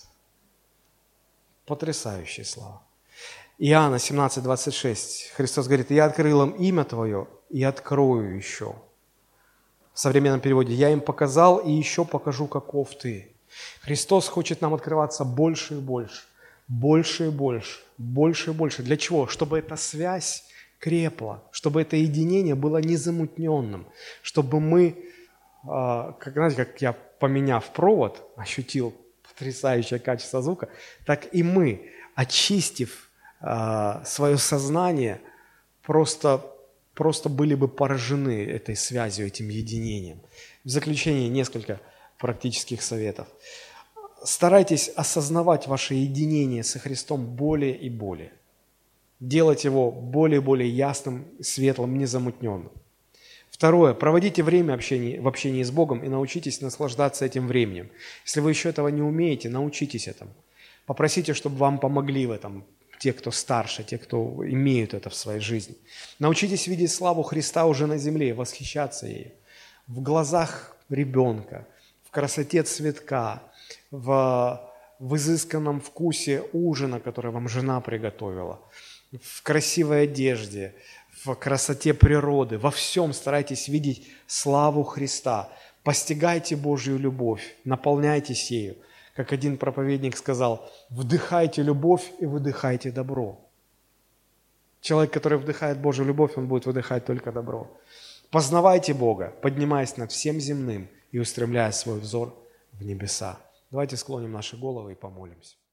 Потрясающие слова. Иоанна 17:26. Христос говорит: «Я открыл им имя Твое и открою еще». В современном переводе: «Я им показал и еще покажу, каков Ты». Христос хочет нам открываться больше и больше, больше и больше, больше и больше. Для чего? Чтобы эта связь крепла, чтобы это единение было незамутненным, чтобы мы, знаете, как я, поменяв провод, ощутил потрясающее качество звука, так и мы, очистив свое сознание, просто были бы поражены этой связью, этим единением. В заключение несколько практических советов. Старайтесь осознавать ваше единение со Христом более и более. Делать его более и более ясным, светлым, незамутненным. Второе. Проводите время в общении с Богом и научитесь наслаждаться этим временем. Если вы еще этого не умеете, научитесь этому. Попросите, чтобы вам помогли в этом те, кто старше, те, кто имеют это в своей жизни. Научитесь видеть славу Христа уже на земле, восхищаться ею. В глазах ребенка, в красоте цветка, в изысканном вкусе ужина, который вам жена приготовила, в красивой одежде, в красоте природы. Во всем старайтесь видеть славу Христа. Постигайте Божью любовь, наполняйтесь ею. Как один проповедник сказал: вдыхайте любовь и выдыхайте добро. Человек, который вдыхает Божью любовь, он будет выдыхать только добро. Познавайте Бога, поднимаясь над всем земным и устремляя свой взор в небеса. Давайте склоним наши головы и помолимся.